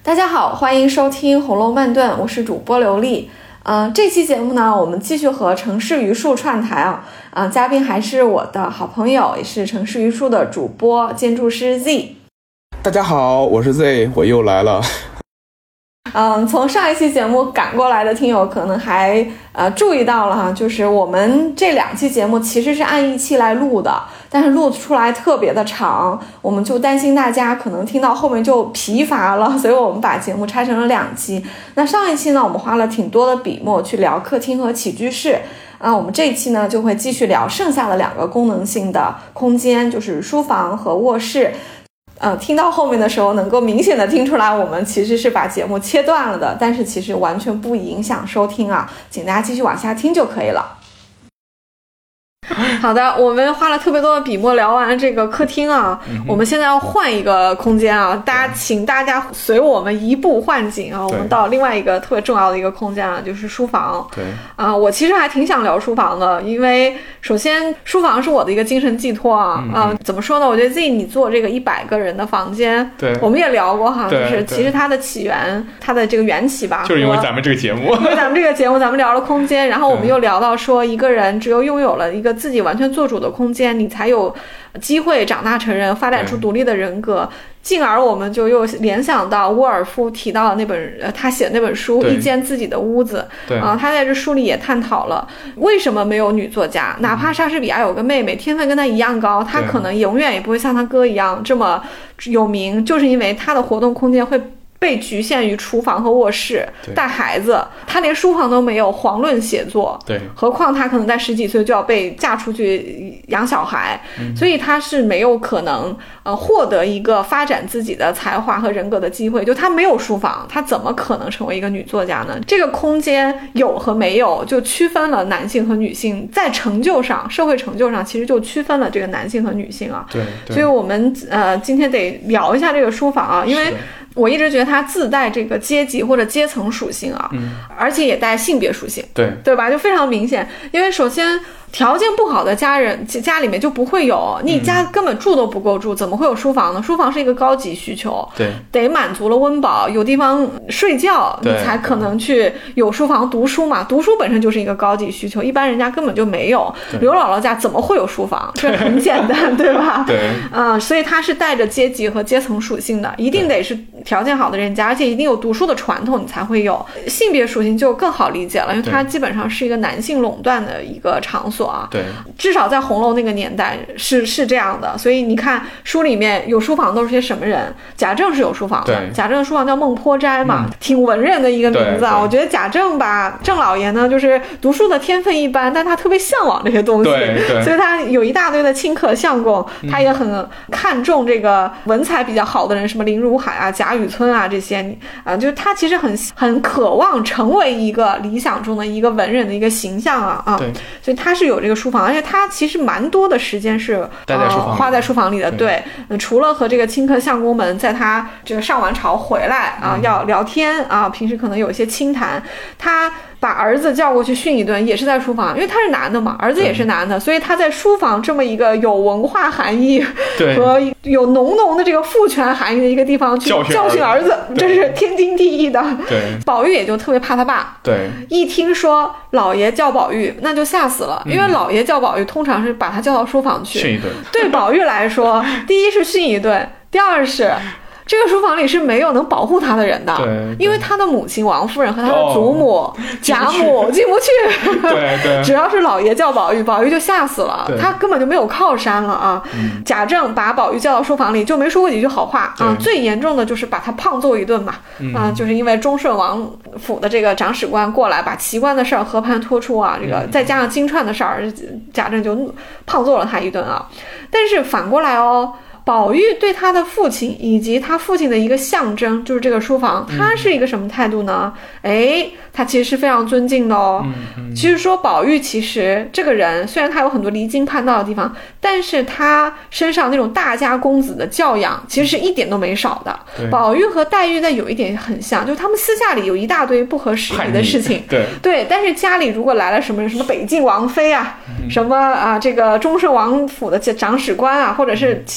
大家好，欢迎收听《红楼慢炖》，我是主播刘丽。这期节目呢，我们继续和城市榆树串台啊。嘉宾还是我的好朋友，也是城市榆树的主播建筑师 Z。 大家好，我是 Z， 我又来了。 从上一期节目赶过来的听友可能还注意到了哈，就是我们这2期节目其实是按1期来录的，但是录出来特别的长，我们就担心大家可能听到后面就疲乏了，所以我们把节目拆成了2期。那上一期呢，我们花了挺多的笔墨去聊客厅和起居室。我们这一期呢就会继续聊剩下的2个功能性的空间，就是书房和卧室。听到后面的时候能够明显的听出来我们其实是把节目切断了的，但是其实完全不影响收听啊，请大家继续往下听就可以了。好的，我们花了特别多的笔墨聊完这个客厅啊，我们现在要换一个空间啊，请大家随我们一步换景啊，我们到另外一个特别重要的一个空间啊，就是书房。 对我其实还挺想聊书房的，因为首先书房是我的一个精神寄托啊。怎么说呢？我觉得自己你做这个100个人的房间， 对， 我们也聊过哈，就是其实它的起源，它的这个缘起吧， 就是因为咱们这个节目， 因为咱们这个节目，咱们聊了空间，然后我们又聊到说，一个人只有拥有了一个自己完全做主的空间，你才有机会长大成人，发展出独立的人格。进而我们就又联想到沃尔夫提到的那本他写的那本书《一间自己的屋子》他在这书里也探讨了为什么没有女作家，哪怕莎士比亚有个妹妹天分跟他一样高，他可能永远也不会像他哥一样这么有名，就是因为他的活动空间会被局限于厨房和卧室，带孩子，他连书房都没有，遑论写作。 对， 何况他可能在10几岁就要被嫁出去养小孩，所以他是没有可能获得一个发展自己的才华和人格的机会。就他没有书房，他怎么可能成为一个女作家呢？这个空间有和没有，就区分了男性和女性，在成就上，社会成就上，其实就区分了这个男性和女性啊。 对， 所以我们今天得聊一下这个书房啊，因为我一直觉得它自带这个阶级或者阶层属性啊，而且也带性别属性，对吧？就非常明显。因为首先条件不好的家里面就不会有，你家根本住都不够住，怎么会有书房呢？书房是一个高级需求， 对， 得满足了温饱，有地方睡觉，你才可能去有书房读书嘛。读书本身就是一个高级需求，一般人家根本就没有。刘姥姥家怎么会有书房？这很简单，对吧？ 对， 所以它是带着阶级和阶层属性的，一定得是条件好的人家，而且一定有读书的传统，你才会有。性别属性就更好理解了，因为它基本上是一个男性垄断的一个场所啊。 对， 至少在红楼那个年代是这样的。所以你看书里面有书房都是些什么人？贾政是有书房的，贾政的书房叫孟坡斋嘛，挺文人的一个名字啊。我觉得贾政吧，郑老爷呢，就是读书的天分一般，但他特别向往这些东西，所以他有一大堆的亲客相公，他也很看重这个文采比较好的人，什么林如海啊、贾雨村啊这些就是他其实很渴望成为一个理想中的一个文人的一个形象啊。所以他是有这个书房，而且他其实蛮多的时间是花在书房里的。对，除了和这个亲客相公们在他这个上完朝回来要聊天平时可能有一些清谈，他把儿子叫过去训一顿也是在书房，因为他是男的嘛，儿子也是男的，所以他在书房这么一个有文化含义和有浓浓的这个父权含义的一个地方去教训儿子，这是天经地义的。 对， 宝玉也就特别怕他爸，对，一听说老爷叫宝玉那就吓死了，因为老爷叫宝玉通常是把他叫到书房去训一顿，对宝玉来说第一是训一顿，第二是这个书房里是没有能保护他的人的，因为他的母亲王夫人和他的祖母贾母进不去，对，只要是老爷叫宝玉，宝玉就吓死了，他根本就没有靠山了啊。贾政把宝玉叫到书房里就没说过几句好话啊，最严重的就是把他胖揍一顿嘛，就是因为忠顺王府的这个长史官过来把奇观的事儿和盘托出啊，这个再加上金钏的事儿，贾政就胖揍了他一顿啊。但是反过来宝玉对他的父亲以及他父亲的一个象征就是这个书房，他是一个什么态度呢？他其实是非常尊敬的哦。其实说宝玉其实这个人虽然他有很多离经叛道的地方，但是他身上那种大家公子的教养其实是一点都没少的。宝玉和黛玉在有一点很像，就是他们私下里有一大堆不合时宜的事情，对，但是家里如果来了什么北静王妃啊，什么这个忠顺王府的长史官啊，或者是其他长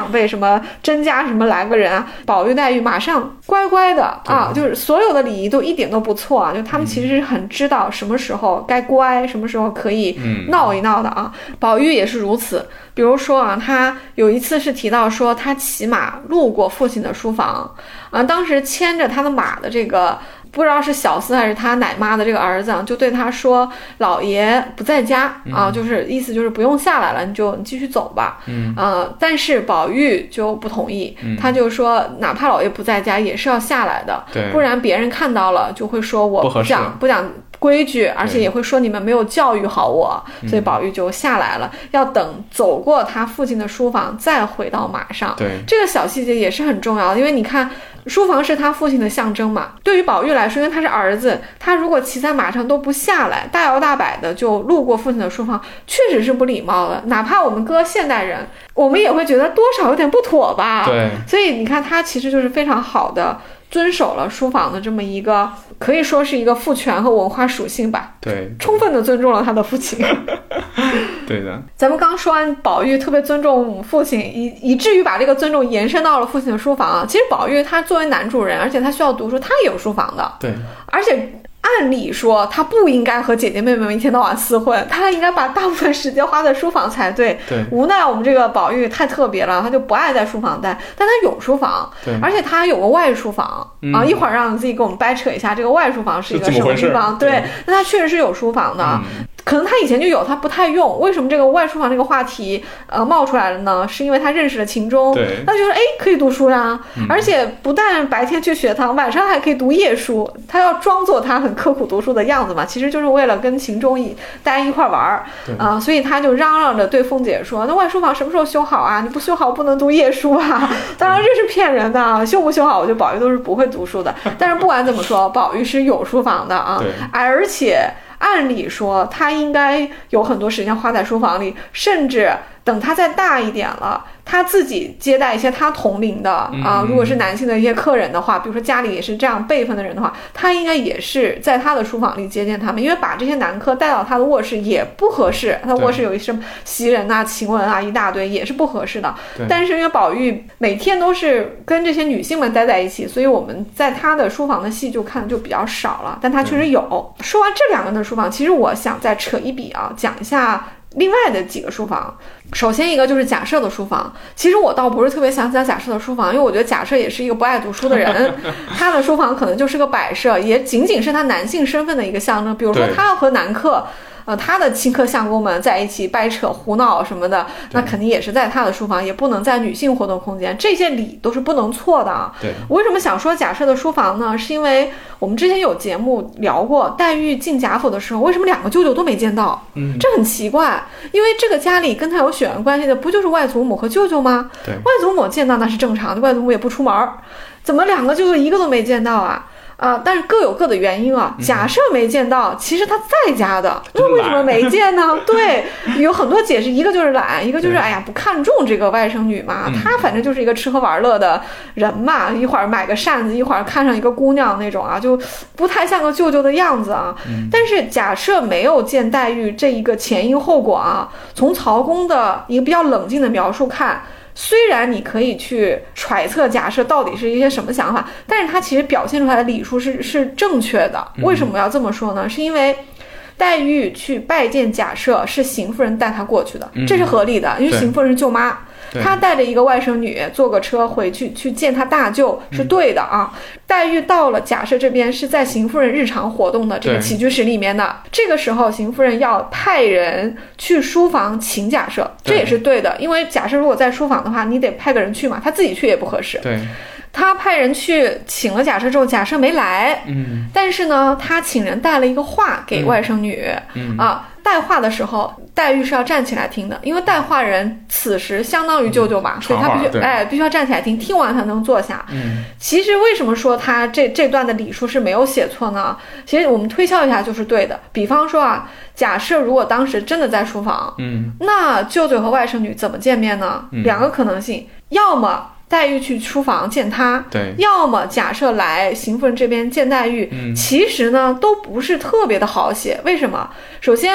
长辈什么甄家什么来个人啊，宝玉黛玉马上乖乖的啊，就是所有的礼仪都一点都不错啊，就他们其实很知道什么时候该乖，什么时候可以闹一闹的啊。宝玉也是如此，比如说啊，他有一次是提到说他骑马路过父亲的书房啊，当时牵着他的马的这个不知道是小厮还是他奶妈的这个儿子就对他说老爷不在家啊，就是意思就是不用下来了，你继续走吧。但是宝玉就不同意，他就说哪怕老爷不在家也是要下来的，不然别人看到了就会说我不讲规矩，而且也会说你们没有教育好我，所以宝玉就下来了，要等走过他父亲的书房再回到马上。 对， 这个小细节也是很重要的，因为你看书房是他父亲的象征嘛，对于宝玉来说，因为他是儿子，他如果骑在马上都不下来，大摇大摆的就路过父亲的书房，确实是不礼貌的。哪怕我们搁现代人，我们也会觉得多少有点不妥吧。 对， 所以你看他其实就是非常好的遵守了书房的这么一个，可以说是一个父权和文化属性吧。 对， 充分的尊重了他的父亲。 对的， 咱们刚说完宝玉特别尊重父亲，以至于把这个尊重延伸到了父亲的书房啊。其实宝玉他作为男主人，而且他需要读书，他也有书房的。 对， 而且按理说他不应该和姐姐妹妹们一天到晚厮混，他应该把大部分时间花在书房才对。 对， 无奈我们这个宝玉太特别了，他就不爱在书房待，但他有书房，而且他还有个外书房啊。一会儿让自己给我们掰扯一下这个外书房是一个什么地方。对，那他确实是有书房的。可能他以前就有，他不太用。为什么这个外书房这个话题冒出来了呢？是因为他认识了秦钟，他觉得可以读书呀，而且不但白天去学堂，晚上还可以读夜书。他要装作他很刻苦读书的样子嘛，其实就是为了跟秦钟大家一块玩啊，所以他就嚷嚷着对凤姐说：“那外书房什么时候修好啊？你不修好不能读夜书啊！”当然这是骗人的，修不修好，我觉得宝玉都是不会读书的。但是不管怎么说，宝玉是有书房的啊，而且按理说他应该有很多时间花在书房里，甚至等他再大一点了，他自己接待一些他同龄的啊，如果是男性的一些客人的话，比如说家里也是这样辈分的人的话，他应该也是在他的书房里接见他们，因为把这些男客带到他的卧室也不合适，他卧室有一些什么袭人啊、晴雯啊一大堆，也是不合适的。但是因为宝玉每天都是跟这些女性们待在一起，所以我们在他的书房的戏就看的就比较少了，但他确实有。说完这两个人的书房，其实我想再扯一笔啊，讲一下另外的几个书房。首先一个就是贾赦的书房，其实我倒不是特别想讲贾赦的书房，因为我觉得贾赦也是一个不爱读书的人，他的书房可能就是个摆设，也仅仅是他男性身份的一个象征。比如说他要和男客他的亲客相公们在一起掰扯胡闹什么的，那肯定也是在他的书房，也不能在女性活动空间，这些礼都是不能错的。 对， 我为什么想说贾赦的书房呢？是因为我们之前有节目聊过，黛玉进贾府的时候，为什么两个舅舅都没见到？这很奇怪，因为这个家里跟他有血缘关系的不就是外祖母和舅舅吗？ 对， 外祖母见到那是正常的，外祖母也不出门，怎么两个舅舅一个都没见到啊？但是各有各的原因啊。假设没见到，其实他在家的，那为什么没见呢？对，有很多解释，一个就是懒，一个就是不看重这个外甥女嘛，他反正就是一个吃喝玩乐的人嘛，一会儿买个扇子，一会儿看上一个姑娘那种啊，就不太像个舅舅的样子啊。但是假设没有见黛玉这一个前因后果啊，从曹公的一个比较冷静的描述看，虽然你可以去揣测假设到底是一些什么想法，但是他其实表现出来的礼数是正确的。为什么要这么说呢？是因为黛玉去拜见贾赦是邢夫人带她过去的，这是合理的，因为邢夫人是舅妈，她带着一个外甥女坐个车回去见她大舅是对的啊。黛玉到了贾赦这边是在邢夫人日常活动的这个起居室里面的，这个时候邢夫人要派人去书房请贾赦，这也是对的，因为贾赦如果在书房的话，你得派个人去嘛，他自己去也不合适。 对， 他派人去请了贾赦之后，贾赦没来，但是呢，他请人带了一个话给外甥女，带话的时候，黛玉是要站起来听的，因为带话人此时相当于舅舅嘛，所以他必须要站起来听，听完才能坐下。其实为什么说他这段的礼数是没有写错呢？其实我们推敲一下就是对的。比方说啊，假设如果当时真的在书房，那舅舅和外甥女怎么见面呢？两个可能性，要么黛玉去书房见他， 对， 要么假设来邢夫人这边见黛玉，其实呢都不是特别的好写。为什么？首先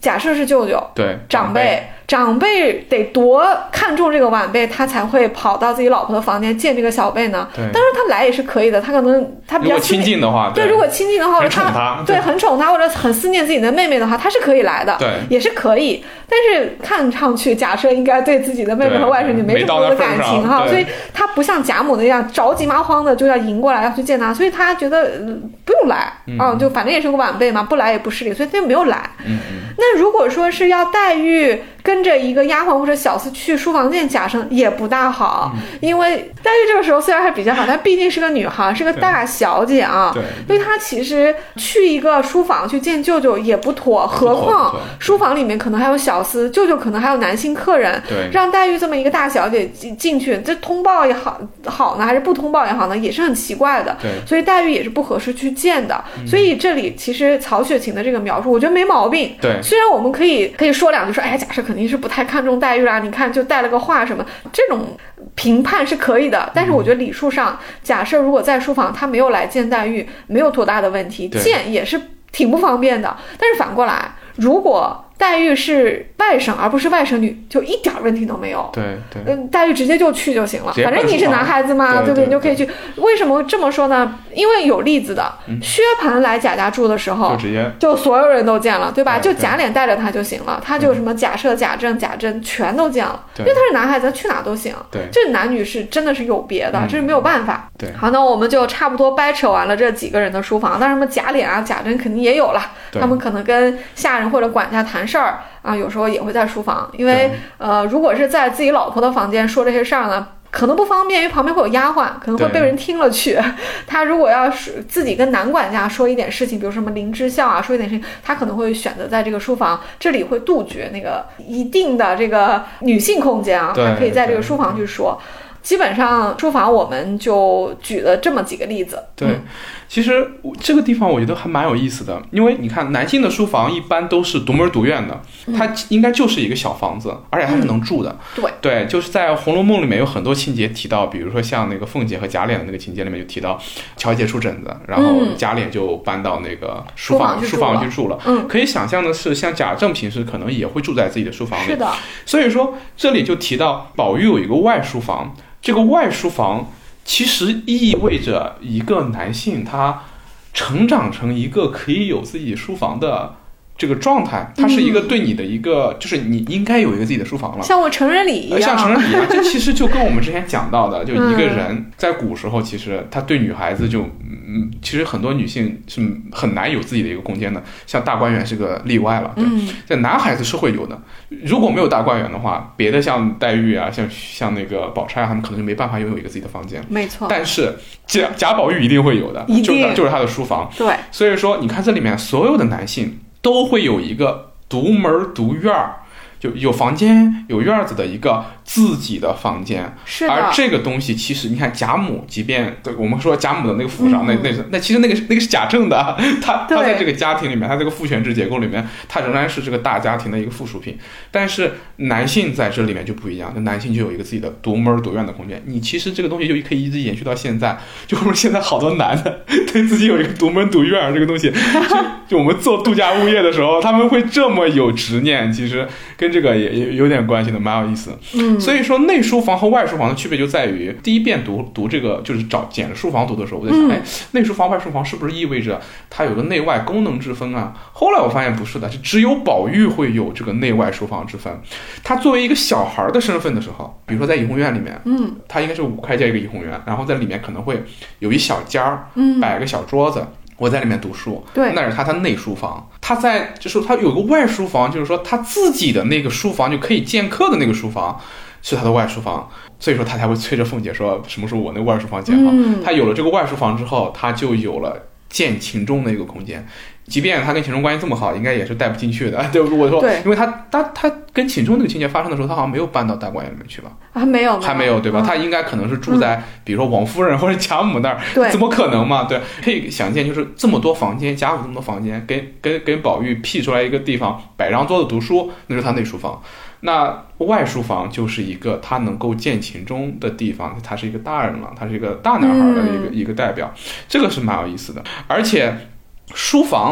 假设是舅舅， 对， 长辈得多看重这个晚辈，他才会跑到自己老婆的房间见这个小辈呢。 对， 当然他来也是可以的，他可能他比较亲近的话， 对，如果亲近的话， 很宠他， 对，很宠他或者很思念自己的妹妹的话，他是可以来的， 对， 也是可以。但是看上去，假设应该对自己的妹妹和外甥女没什么多的感情哈，所以他不像贾母那样着急麻慌的就要迎过来要去见他，所以他觉得不用来啊，就反正也是个晚辈嘛，不来也不失礼，所以他就没有来。那如果说是要黛玉跟着一个丫鬟或者小厮去书房见贾政也不大好，因为黛玉这个时候虽然还比较好，但毕竟是个女孩，是个大小姐啊，所以她其实去一个书房去见舅舅也不妥，何况书房里面可能还有小厮，舅舅可能还有男性客人，让黛玉这么一个大小姐进去，这通报也好呢，还是不通报也好呢，也是很奇怪的，所以黛玉也是不合适去见的。所以这里其实曹雪芹的这个描述，我觉得没毛病。 对， 虽然我们可以说两句，说哎，假设肯定是不太看重黛玉啦，你看就带了个话什么，这种评判是可以的。但是我觉得礼数上，假设如果在书房他没有来见黛玉，没有多大的问题，见也是挺不方便的。但是反过来，如果黛玉是外甥而不是外甥女，就一点问题都没有。 对， 黛玉直接就去就行了，反正你是男孩子嘛，对不对？你就可以去。为什么这么说呢？因为有例子的，薛蟠来贾家住的时候，就所有人都见了，对吧？就贾琏带着他就行了，他就什么贾赦、贾政、贾珍全都见了，因为他是男孩子，去哪都行。 对， 这男女是真的是有别的，这是没有办法。 对， 好，那我们就差不多掰扯完了这几个人的书房，当然什么贾琏啊、贾珍肯定也有了，他们可能跟下人或者管家谈事儿啊，有时候也会在书房，因为如果是在自己老婆的房间说这些事儿呢，可能不方便，因为旁边会有丫鬟，可能会被人听了去。他如果要是自己跟男管家说一点事情，比如什么林之孝啊，说一点事情，他可能会选择在这个书房，这里会杜绝那个一定的这个女性空间啊，他可以在这个书房去说。基本上书房我们就举了这么几个例子。 对，其实这个地方我觉得还蛮有意思的，因为你看男性的书房一般都是独门独院的，它应该就是一个小房子，而且它是能住的。对，就是在《红楼梦》里面有很多情节提到，比如说像那个凤姐和贾琏的那个情节里面就提到乔姐出疹子，然后贾琏就搬到那个书房去住了。可以想象的是，像贾政平时可能也会住在自己的书房里。 是的。 所以说这里就提到宝玉有一个外书房。这个外书房其实意味着一个男性他成长成一个可以有自己书房的这个状态，它是一个对你的一个，就是你应该有一个自己的书房了， 像我成人礼一样， 像成人礼一样。这其实就跟我们之前讲到的，就一个人在古时候，其实他对女孩子就，其实很多女性是很难有自己的一个空间的，像大观园是个例外了。对，在男孩子是会有的。如果没有大观园的话，别的像黛玉啊，像那个宝钗他们可能就没办法拥有一个自己的房间。 没错。 但是贾宝玉一定会有的，就是他的书房。 对。所以说，你看这里面所有的男性都会有一个独门独院，就有房间有院子的一个自己的房间。 是的。 而这个东西其实你看贾母，即便对我们说贾母的那个府上，那其实那个是贾政的，他在这个家庭里面，他这个父权制结构里面，他仍然是这个大家庭的一个附属品。但是男性在这里面就不一样，男性就有一个自己的独门独院的空间。你其实这个东西就可以一直延续到现在，就是现在好多男的对自己有一个独门独院这个东西，就我们做度假物业的时候，他们会这么有执念，其实跟这个也有点关系的，蛮有意思。所以说内书房和外书房的区别就在于，第一遍读这个就是捡着书房读的时候，我在想，内书房外书房是不是意味着它有个内外功能之分啊？后来我发现不是的，是只有宝玉会有这个内外书房之分。他作为一个小孩的身份的时候，比如说在怡红院里面，他应该是5开间一个怡红院，然后在里面可能会有一小间摆个小桌子。我在里面读书， 对， 那是他内书房。就是他有个外书房，就是说他自己的那个书房就可以见客的那个书房是他的外书房，所以说他才会催着凤姐说什么时候我那外书房建好。他有了这个外书房之后，他就有了见秦钟的一个空间。即便他跟秦钟关系这么好，应该也是带不进去的。对，我说，因为他跟秦钟那个情节发生的时候，他好像没有搬到大观园里面去吧？ 还没有， 对吧？他应该可能是住在，比如说王夫人或者贾母那儿，对，怎么可能嘛？对，可以想见，就是这么多房间，贾府这么多房间，跟宝玉辟出来一个地方，摆张桌子读书，那就是他内书房。那外书房就是一个他能够见秦钟的地方，他是一个大人了，他是一个大男孩的一个代表，这个是蛮有意思的。而且书房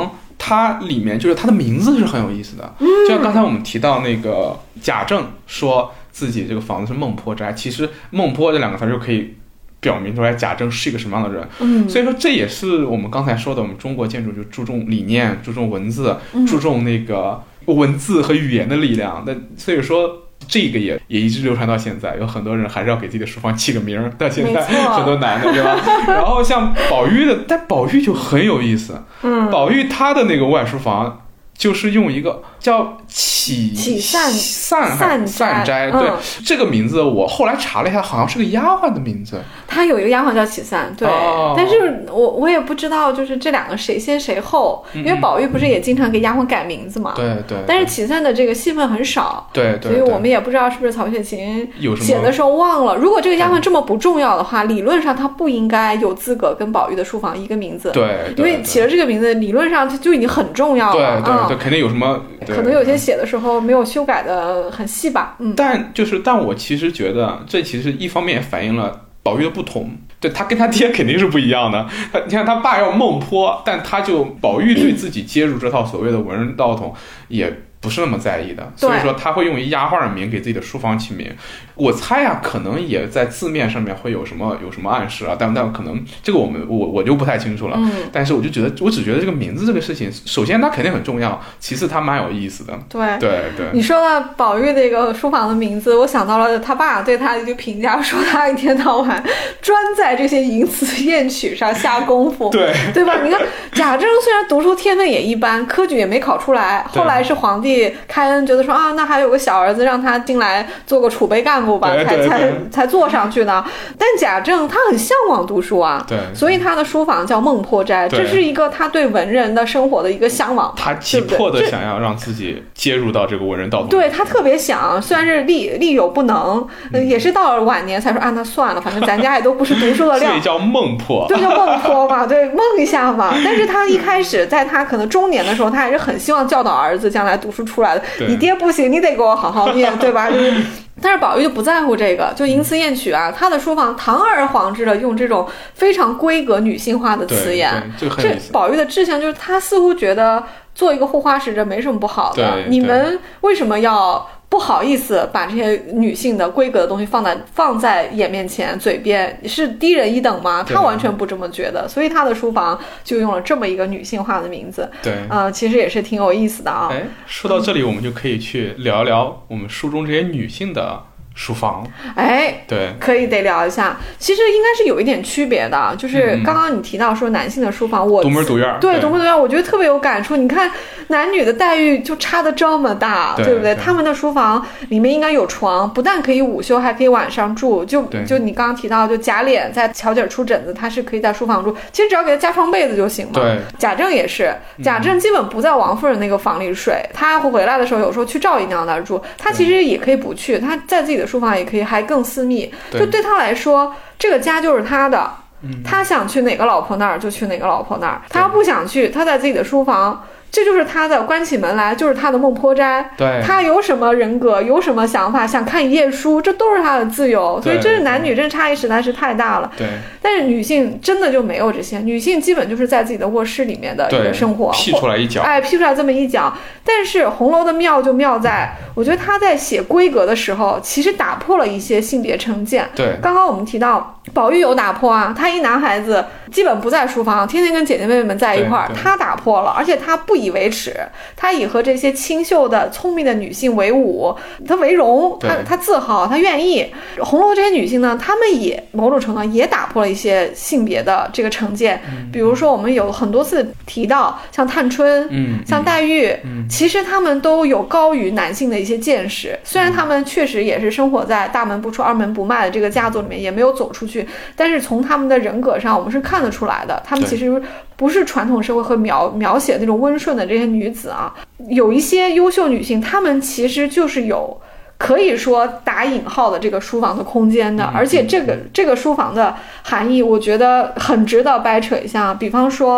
它里面就是它的名字是很有意思的，就像刚才我们提到那个贾政说自己这个房子是孟婆斋，其实孟婆这两个词就可以表明出来贾政是一个什么样的人。所以说这也是我们刚才说的，我们中国建筑就注重理念，注重文字，注重那个文字和语言的力量。那所以说这个也一直流传到现在，有很多人还是要给自己的书房起个名，到现在很多男的对吧？然后像宝玉的，但宝玉就很有意思，宝玉他的那个外书房就是用一个叫启善斋，对，这个名字我后来查了一下，好像是个丫鬟的名字。 他有一个丫鬟叫启善，对，但是我也不知道就是这两个谁先谁后，因为宝玉不是也经常给丫鬟改名字嘛， 对， 但是启善的这个戏份很少， 对， 所以我们也不知道是不是曹雪芹写的时候忘了。如果这个丫鬟这么不重要的话，理论上他不应该有资格跟宝玉的书房一个名字， 对， 因为起了这个名字，理论上就已经很重要了， 对，肯定有什么， 可能有些写的时候没有修改的很细吧， 但我其实觉得这其实一方面也反映了宝玉的不同，对，他跟他爹肯定是不一样的。你看他爸要孟婆，但宝玉对自己接入这套所谓的文人道统也不是那么在意的，所以说他会用一丫鬟的名给自己的书房起名。我猜啊，可能也在字面上面会有什么暗示啊，但可能这个我就不太清楚了。但是我只觉得这个名字这个事情，首先它肯定很重要，其次它蛮有意思的。对，你说到宝玉这个书房的名字，我想到了他爸对他的一句评价，说他一天到晚专在这些淫词艳曲上下功夫，对吧？你看贾政虽然读书天分也一般，科举也没考出来，后来是皇帝开恩觉得说啊，那还有个小儿子让他进来做个储备干部吧，才做上去呢。但贾政他很向往读书啊， 对， 所以他的书房叫孟婆斋，这是一个他对文人的生活的一个向往， 他急迫的想要让自己接入到这个文人道统， 对，他特别想，虽然是力有不能，也是到了晚年才说啊，那算了，反正咱家也都不是读书的料， 所以叫孟婆， 对，叫孟婆嘛，对，梦一下嘛。但是他一开始在他可能中年的时候，他还是很希望教导儿子将来读书出来的，你爹不行，你得给我好好念，对吧？但是宝玉就不在乎这个，就淫词艳曲啊，他的书房堂而皇之的用这种非常规格女性化的词眼， 这宝玉的志向就是他似乎觉得做一个护花使者没什么不好的，你们为什么要不好意思把这些女性的规格的东西放在眼面前嘴边，是低人一等吗？他完全不这么觉得，所以他的书房就用了这么一个女性化的名字。 对， 其实也是挺有意思的啊。 说到这里，我们就可以去聊一聊我们书中这些女性的书房。对， 可以得聊一下。其实应该是有一点区别的，就是刚刚你提到说男性的书房，我独门独院， 对，独门独院，我觉得特别有感触。你看男女的待遇就差得这么大，对不对？他们的书房里面应该有床，不但可以午休，还可以晚上住。就你刚刚提到，就贾琏在桥底出疹子，他是可以在书房住，其实只要给他加床被子就行了。 对， 贾政也是，贾政基本不在王夫人那个房里睡，他回来的时候有时候去赵姨娘那儿住，他其实也可以不去，他在自己的书房也可以，还更私密。就对他来说，这个家就是他的，他想去哪个老婆那儿就去哪个老婆那儿，他不想去，他在自己的书房，这就是他的，关起门来就是他的孟婆斋。 对， 他有什么人格，有什么想法，想看一页书，这都是他的自由。所以这是男女真差异实在是太大了。 对， 但是女性真的就没有这些，女性基本就是在自己的卧室里面的一个生活， 辟出来一角， 辟出来这么一角。但是红楼的妙就妙在，我觉得他在写规格的时候，其实打破了一些性别成见。 对， 刚刚我们提到宝玉有打破啊，他一男孩子基本不在书房，天天跟姐姐妹妹们在一块儿，他打破了，而且他不以为耻，他以和这些清秀的聪明的女性为伍，他为荣，他自豪，他愿意。红楼这些女性呢，她们也某种程度上也打破了一些性别的这个成见，比如说我们有很多次提到像探春，像黛玉，其实她们都有高于男性的一些见识，虽然她们确实也是生活在大门不出二门不迈的这个家族里面，也没有走出去，但是从她们的人格上我们是看得出来的，她们其实不是传统社会和描写那种温顺的这些女子啊，有一些优秀女性，她们其实就是有可以说打引号的这个书房的空间的，而且这个书房的含义，我觉得很值得掰扯一下。比方说，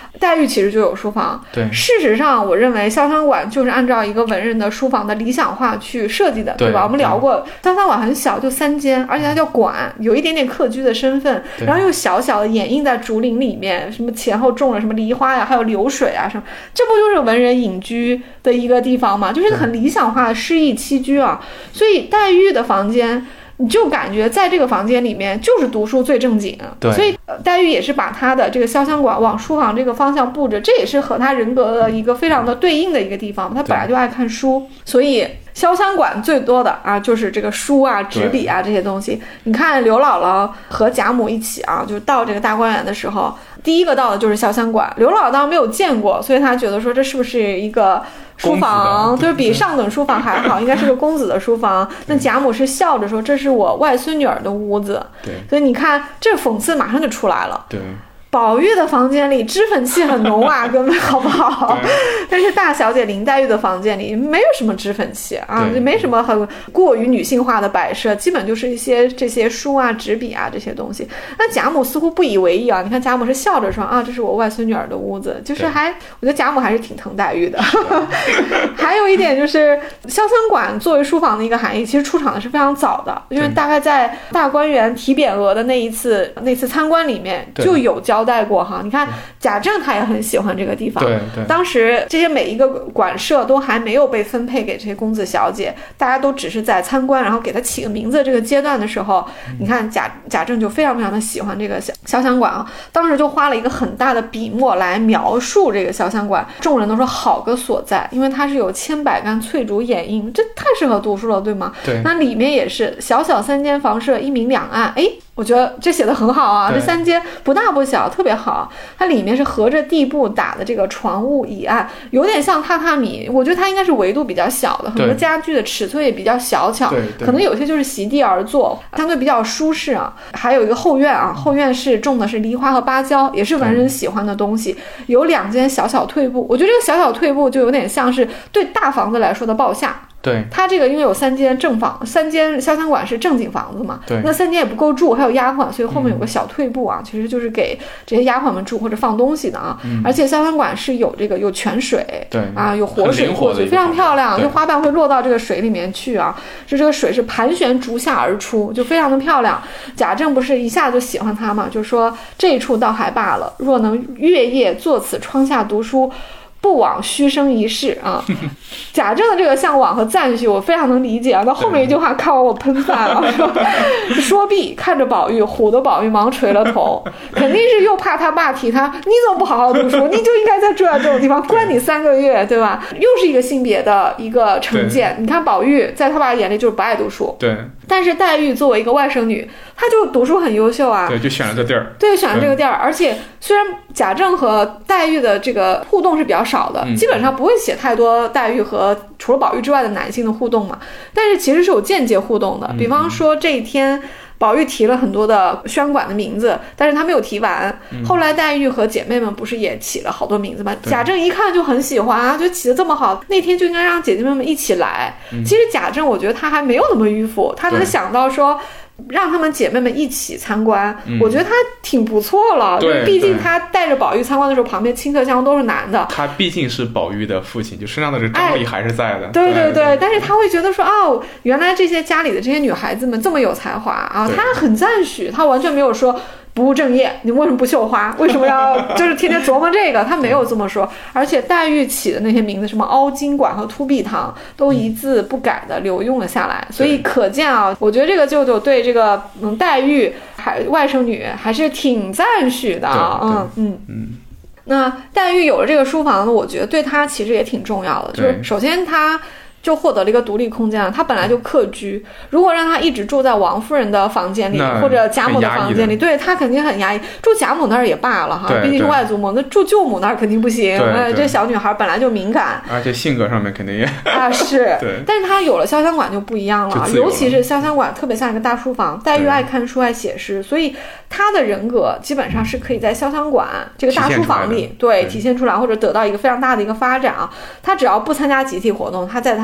黛玉其实就有书房。 对， 事实上我认为潇湘馆就是按照一个文人的书房的理想化去设计的，对吧？我们聊过，潇湘馆很小，就3间，而且它叫馆，有一点点客居的身份，然后又小小的掩映在竹林里面，什么前后种了什么梨花呀，还有流水啊什么，这不就是文人隐居的一个地方吗？就是一个很理想化的诗意栖居啊。所以黛玉的房间你就感觉在这个房间里面就是读书最正经， 对， 所以黛玉也是把她的这个潇湘馆往书房这个方向布置，这也是和她人格的一个非常的对应的一个地方。她本来就爱看书，所以潇湘馆最多的啊就是这个书啊、纸笔啊这些东西。你看刘姥姥和贾母一起啊，就到这个大观园的时候，第一个到的就是潇湘馆。刘姥姥当然没有见过，所以她觉得说这是不是一个书房，就是比上等书房还好，应该是个公子的书房。那贾母是笑着说这是我外孙女儿的屋子。 对， 所以你看这讽刺马上就出来了。 对， 宝玉的房间里脂粉气很浓啊，根本好不好？但是大小姐林黛玉的房间里没有什么脂粉气啊，就没什么很过于女性化的摆设，基本就是一些这些书啊、纸笔啊这些东西。那贾母似乎不以为意啊，你看贾母是笑着说啊，这是我外孙女儿的屋子，就是我觉得贾母还是挺疼黛玉的。还有一点就是潇湘馆作为书房的一个含义，其实出场的是非常早的，因为大概在大观园提匾额的那次参观里面就有交代过哈。你看贾政他也很喜欢这个地方， 对， 当时这些每一个馆舍都还没有被分配给这些公子小姐，大家都只是在参观，然后给他起个名字这个阶段的时候，你看贾政就非常非常的喜欢这个潇湘馆啊，当时就花了一个很大的笔墨来描述这个潇湘馆，众人都说好个所在，因为它是有千百竿翠竹掩映，这太适合读书了，对吗？ 对， 那里面也是小小3间房舍，一明两暗，我觉得这写的很好啊，这3间不大不小，特别好。它里面是合着地布打的这个床褥椅案，有点像榻榻米，我觉得它应该是维度比较小的，很多家具的尺寸也比较小巧，可能有些就是席地而坐，相对比较舒适啊。还有一个后院啊，后院是种的是梨花和芭蕉，也是文人喜欢的东西。有2间小小退步，我觉得这个小小退步就有点像是对大房子来说的报下。 对， 它这个因为有3间正房，3间潇湘馆是正经房子嘛， 对， 那3间也不够住，还有丫鬟，所以后面有个小退步啊，其实就是给这些丫鬟们住或者放东西的啊。而且潇湘馆是有这个有泉水， 对啊，有活水过去，非常漂亮，就花瓣会落到这个水里面去啊，就这个水是盘旋逐下而出，就非常的漂亮。贾政不是一下就喜欢它嘛，就说这一处倒还罢了，若能月夜坐此窗下读书，不枉虚生一世啊！贾政的这个向往和赞许我非常能理解啊。那后面一句话看完我喷饭了，说毕看着宝玉，唬得宝玉忙垂了头，肯定是又怕他爸提他，你怎么不好好读书？你就应该在这种地方关你3个月，对吧？又是一个性别的一个成见。你看宝玉在他爸眼里就是不爱读书， 对。 但是黛玉作为一个外甥女，她就读书很优秀啊， 对，就选了这地儿， 对，选了这个地儿。而且虽然贾政和黛玉的这个互动是比较少的，基本上不会写太多黛玉和除了宝玉之外的男性的互动嘛，但是其实是有间接互动的。比方说这一天宝玉提了很多的宣馆的名字，但是他没有提完，后来黛玉和姐妹们不是也起了好多名字吗？贾政一看就很喜欢啊，就起得这么好，那天就应该让姐姐妹们一起来。其实贾政我觉得他还没有那么迂腐，他能想到说让他们姐妹们一起参观，我觉得他挺不错了。 对， 毕竟他带着宝玉参观的时候，旁边亲侧厢都是男的。 他毕竟是宝玉的父亲，就身上的这张力还是在的。 对，但是他会觉得说，哦，原来这些家里的这些女孩子们这么有才华啊，他很赞许，他完全没有说不务正业，你为什么不绣花？为什么要就是天天琢磨这个？他没有这么说。而且黛玉起的那些名字，什么凹晶馆和凸壁堂，都一字不改的留用了下来。所以可见啊，我觉得这个舅舅对这个黛玉外甥女还是挺赞许的啊。那黛玉有了这个书房呢，我觉得对她其实也挺重要的。就是首先她就获得了一个独立空间了。他本来就客居，如果让他一直住在王夫人的房间里或者贾母的房间里，对，他肯定很压抑。住贾母那儿也罢了哈，毕竟是外祖母，那住舅母那儿肯定不行。这小女孩本来就敏感， 而且性格上面肯定也是。 对， 但是她有了潇湘馆就不一样了，尤其是潇湘馆特别像一个大书房。黛玉爱看书爱写诗，所以她的人格基本上是可以在潇湘馆这个大书房里体现出来，或者得到一个非常大的一个发展啊。她只要不参加集体活动，她在她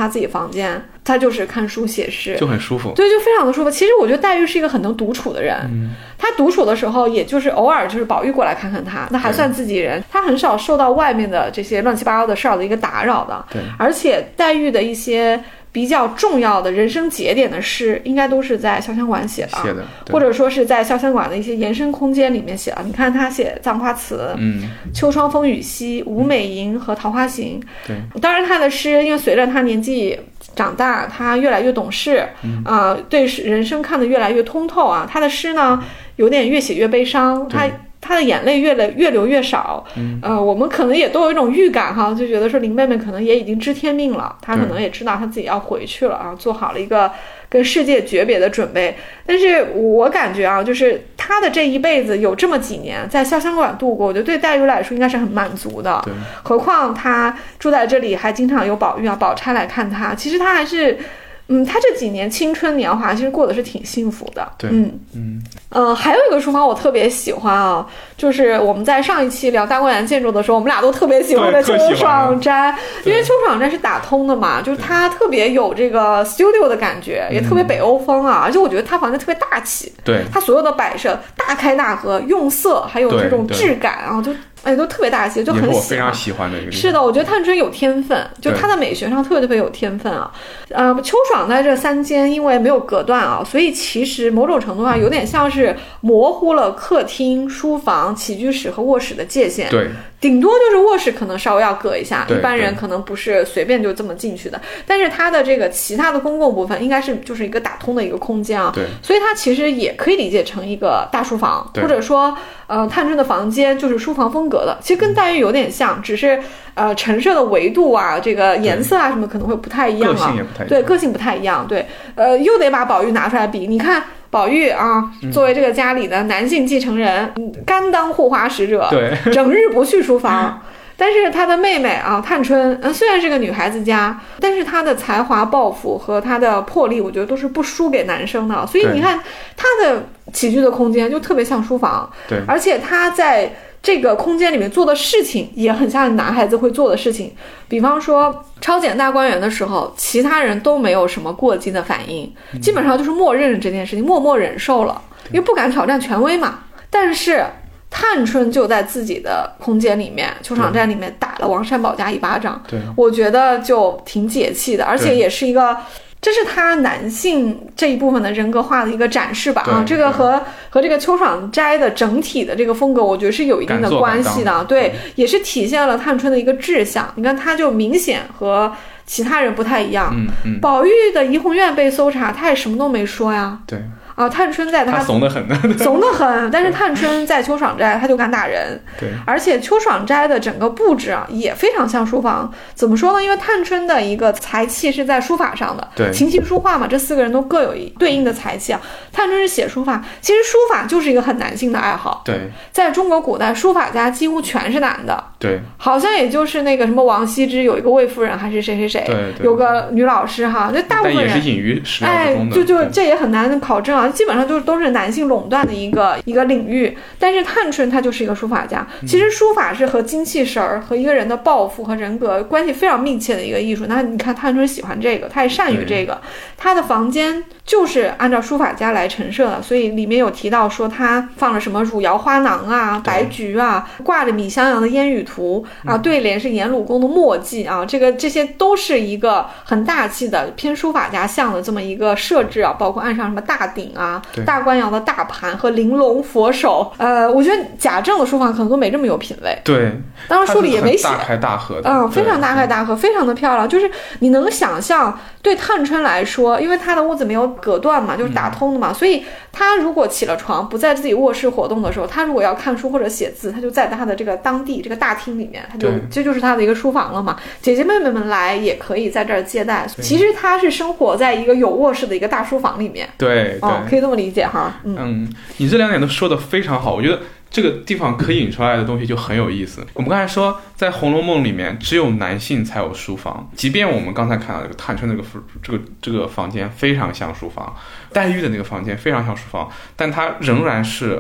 他自己房间，他就是看书写诗， 就很舒服。 对，就非常的舒服。其实我觉得黛玉是一个很能独处的人，他独处的时候也就是偶尔就是宝玉过来看看他，那还算自己人，他很少受到外面的这些乱七八糟的事儿的一个打扰的。 对， 而且黛玉的一些比较重要的人生节点的诗，应该都是在潇湘馆写的，或者说是在潇湘馆的一些延伸空间里面写的。你看他写《葬花词》，秋霜风雨夕、吴美吟和桃花行。 对， 当然他的诗，因为随着他年纪长大，他越来越懂事，对人生看得越来越通透啊。他的诗呢，有点越写越悲伤，他的眼泪越流越少，我们可能也都有一种预感哈，就觉得说林妹妹可能也已经知天命了，她可能也知道她自己要回去了啊，做好了一个跟世界诀别的准备。但是我感觉啊，就是她的这一辈子有这么几年在潇湘馆度过，我觉得对黛玉来说应该是很满足的。 对， 何况她住在这里，还经常有宝玉啊、宝钗来看她，其实她还是。他这几年青春年华其实过得是挺幸福的。 对， 还有一个书房我特别喜欢啊，就是我们在上一期聊大观园建筑的时候，我们俩都特别喜欢的秋爽斋，因为秋爽斋是打通的嘛，就是它特别有这个 studio 的感觉，也特别北欧风啊，而且我觉得它房间特别大气， 对， 它所有的摆设大开大合，用色还有这种质感啊，就。都特别大气，就很喜欢， 我非常喜欢的一个。 是的，我觉得探春有天分，就她的美学上特别有天分啊。秋爽在这三间因为没有隔断啊，所以其实某种程度上有点像是模糊了客厅、书房、起居室和卧室的界限。 对， 顶多就是卧室可能稍微要隔一下，一般人可能不是随便就这么进去的。但是它的这个其他的公共部分应该是就是一个打通的一个空间啊。 对， 所以它其实也可以理解成一个大书房，或者说探春的房间就是书房风格的，其实跟黛玉有点像，只是陈设的维度啊，这个颜色啊什么可能会不太一样啊， 个性也不太一样， 对，个性不太一样，对，又得把宝玉拿出来比，你看宝玉啊，作为这个家里的男性继承人，甘当护花使者， 对， 整日不去书房。但是她的妹妹啊，探春，虽然是个女孩子家，但是她的才华、抱负和她的魄力，我觉得都是不输给男生的。所以你看，她的起居的空间就特别像书房， 对， 而且她在这个空间里面做的事情也很像男孩子会做的事情。比方说抄检大观园的时候，其他人都没有什么过激的反应，基本上就是默认这件事情，默默忍受了，因为不敢挑战权威嘛。但是探春就在自己的空间里面，秋爽斋里面打了王善保家一巴掌， 对， 我觉得就挺解气的，而且也是一个，这是他男性这一部分的人格化的一个展示吧啊，这个和这个秋爽斋的整体的这个风格，我觉得是有一定的关系的，对，也是体现了探春的一个志向。你看，他就明显和其他人不太一样。宝玉的怡红院被搜查，他也什么都没说呀。 对。 啊，探春在他怂得很的， 怂得很。但是探春在秋爽斋，他就敢打人。 对， 而且秋爽斋的整个布置啊，也非常像书房。怎么说呢？因为探春的一个才气是在书法上的， 对， 琴棋书画嘛，这四个人都各有对应的才气啊。探春是写书法，其实书法就是一个很男性的爱好。 对， 在中国古代，书法家几乎全是男的。 对， 好像也就是那个什么王羲之有一个魏夫人，还是谁， 对， 有个女老师哈，就大部分人但也是隐于史料之中的。 就这也很难考证啊，基本上都是男性垄断的一个领域。但是探春她就是一个书法家，其实书法是和精气神儿和一个人的抱负和人格关系非常密切的一个艺术。那你看探春喜欢这个，她也善于这个，她的房间就是按照书法家来陈设的，所以里面有提到说她放了什么汝窑花囊啊、白菊啊，挂着米襄阳的烟雨图啊，对联是颜鲁公的墨迹啊，这些都是一个很大气的偏书法家向的这么一个设置啊，包括按上什么大鼎啊、大官窑的大盘和玲珑佛手。我觉得贾政的书房可能都没这么有品位。 对， 当然书里也没写， 大开大合的， 非常大开大合，非常的漂亮。就是你能想象，对探春来说，因为她的屋子没有隔断嘛，就是打通的嘛，所以她如果起了床不在自己卧室活动的时候，她如果要看书或者写字，她就在她的这个当地这个大厅里面，这就是她的一个书房了嘛。姐姐妹妹们来也可以在这儿接待。其实她是生活在一个有卧室的一个大书房里面。 对， 可以这么理解哈。 你这两点都说得非常好，我觉得这个地方可以引出来的东西就很有意思。我们刚才说，在《红楼梦》里面，只有男性才有书房。即便我们刚才看到这个探春这个房间非常像书房，黛玉的那个房间非常像书房，但它仍然是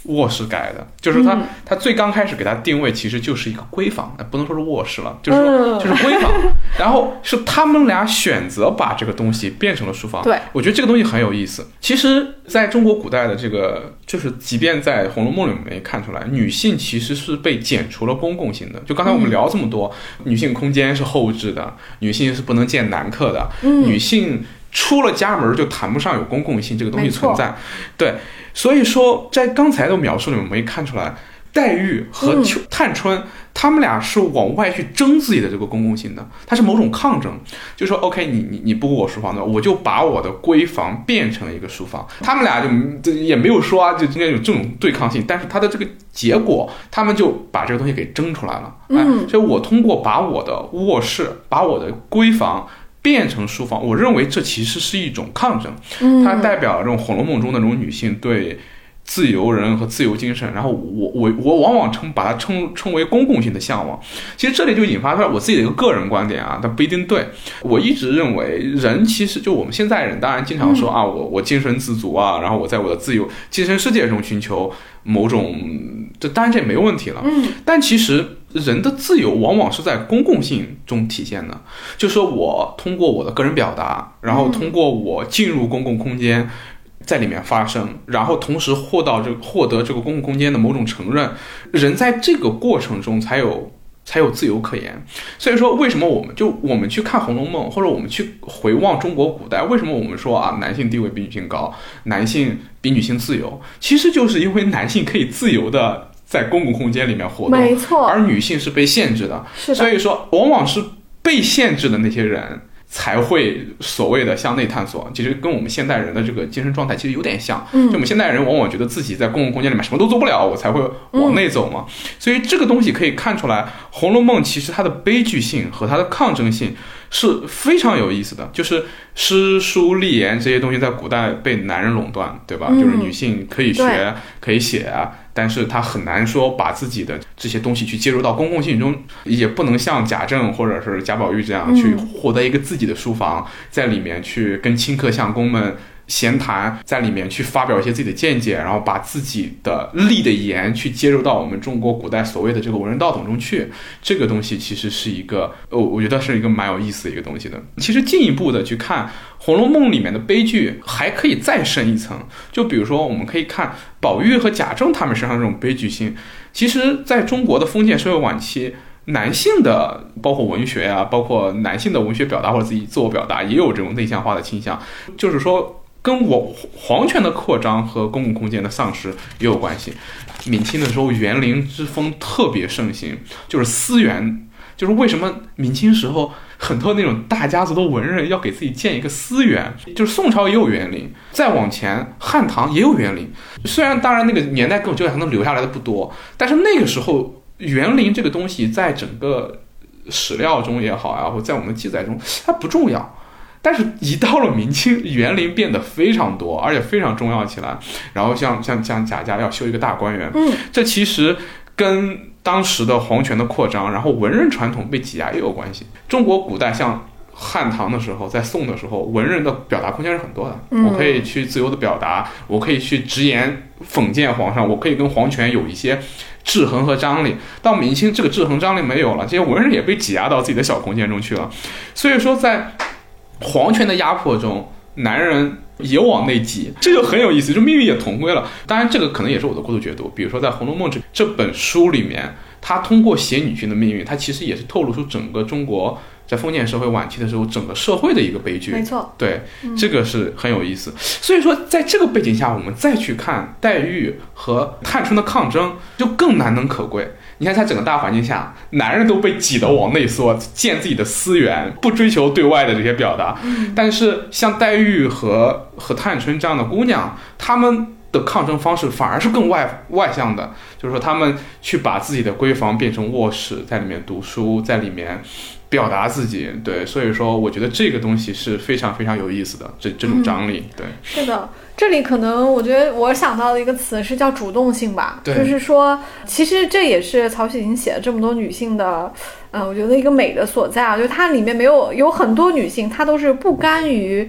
卧室改的，就是他最刚开始给他定位其实就是一个闺房，不能说是卧室了，就是闺房。然后是他们俩选择把这个东西变成了书房。 对， 我觉得这个东西很有意思。其实在中国古代的这个，就是即便在《红楼梦》里面看出来，女性其实是被减除了公共性的。就刚才我们聊这么多，女性空间是后置的，女性是不能见男客的，女性出了家门就谈不上有公共性这个东西存在。对，所以说在刚才的描述里面我们可以看出来，黛玉和探春他们俩是往外去争自己的这个公共性的，它是某种抗争，就说 OK 你不顾我书房的，我就把我的闺房变成了一个书房。他们俩就也没有说就今天有这种对抗性，但是它的这个结果他们就把这个东西给争出来了。所以我通过把我的卧室把我的闺房变成书房，我认为这其实是一种抗争，它代表了这种《红楼梦》中的这种女性对自由人和自由精神，然后我往往把它称为公共性的向往。其实这里就引发出来我自己的一个个人观点啊，它不一定对。我一直认为人其实就我们现在人当然经常说我精神自足啊，然后我在我的自由精神世界中寻求某种，这当然这也没问题了。但其实人的自由往往是在公共性中体现的，就是说我通过我的个人表达，然后通过我进入公共空间在里面发生，然后同时获得这个公共空间的某种承认，人在这个过程中才有自由可言。所以说为什么我们去看《红楼梦》，或者我们去回望中国古代，为什么我们说男性地位比女性高，男性比女性自由，其实就是因为男性可以自由的在公共空间里面活动， 没错， 而女性是被限制的。 是的， 所以说往往是被限制的那些人才会所谓的向内探索，其实跟我们现代人的这个精神状态其实有点像。就我们现代人往往觉得自己在公共空间里面什么都做不了，我才会往内走嘛。所以这个东西可以看出来，《红楼梦》其实它的悲剧性和它的抗争性是非常有意思的。就是诗书立言这些东西在古代被男人垄断，对吧？就是女性可以学可以写但是他很难说把自己的这些东西去接入到公共性中，也不能像贾政或者是贾宝玉这样去获得一个自己的书房，在里面去跟亲客相公们闲谈，在里面去发表一些自己的见解，然后把自己的立的言去接入到我们中国古代所谓的这个文人道统中去。这个东西其实是一个我觉得是一个蛮有意思的一个东西的。其实进一步的去看《红楼梦》里面的悲剧还可以再深一层，就比如说我们可以看宝玉和贾政他们身上这种悲剧性。其实在中国的封建社会晚期，男性的包括文学包括男性的文学表达或者自己自我表达也有这种内向化的倾向，就是说跟皇权的扩张和公共空间的丧失也有关系。明清的时候园林之风特别盛行，就是私园，就是为什么明清时候很多那种大家族的文人要给自己建一个私园，就是宋朝也有园林，再往前汉唐也有园林。虽然当然那个年代跟我觉得还能留下来的不多，但是那个时候园林这个东西在整个史料中也好或在我们的记载中它不重要。但是一到了明清，园林变得非常多，而且非常重要起来。然后像贾家要修一个大观园，这其实跟当时的皇权的扩张，然后文人传统被挤压也有关系。中国古代像汉唐的时候，在宋的时候，文人的表达空间是很多的。我可以去自由的表达，我可以去直言讽谏皇上，我可以跟皇权有一些制衡和张力。到明清，这个制衡张力没有了，这些文人也被挤压到自己的小空间中去了。所以说在皇权的压迫中，男人也往内挤，这就很有意思，就命运也同归了。当然这个可能也是我的过度解读，比如说在《红楼梦》这本书里面，他通过写女性的命运，他其实也是透露出整个中国在封建社会晚期的时候整个社会的一个悲剧。 没错， 对，这个是很有意思。所以说在这个背景下，我们再去看黛玉和探春的抗争就更难能可贵。你看在整个大环境下，男人都被挤得往内缩，建自己的私园，不追求对外的这些表达。但是像黛玉和探春这样的姑娘，她们的抗争方式反而是更外向的，就是说她们去把自己的闺房变成卧室，在里面读书，在里面表达自己。对，所以说我觉得这个东西是非常非常有意思的，这种张力。对， 是的。这里可能我觉得我想到的一个词是叫主动性吧， 对， 就是说其实这也是曹雪芹写了这么多女性的我觉得一个美的所在啊，就是它里面有很多女性她都是不甘于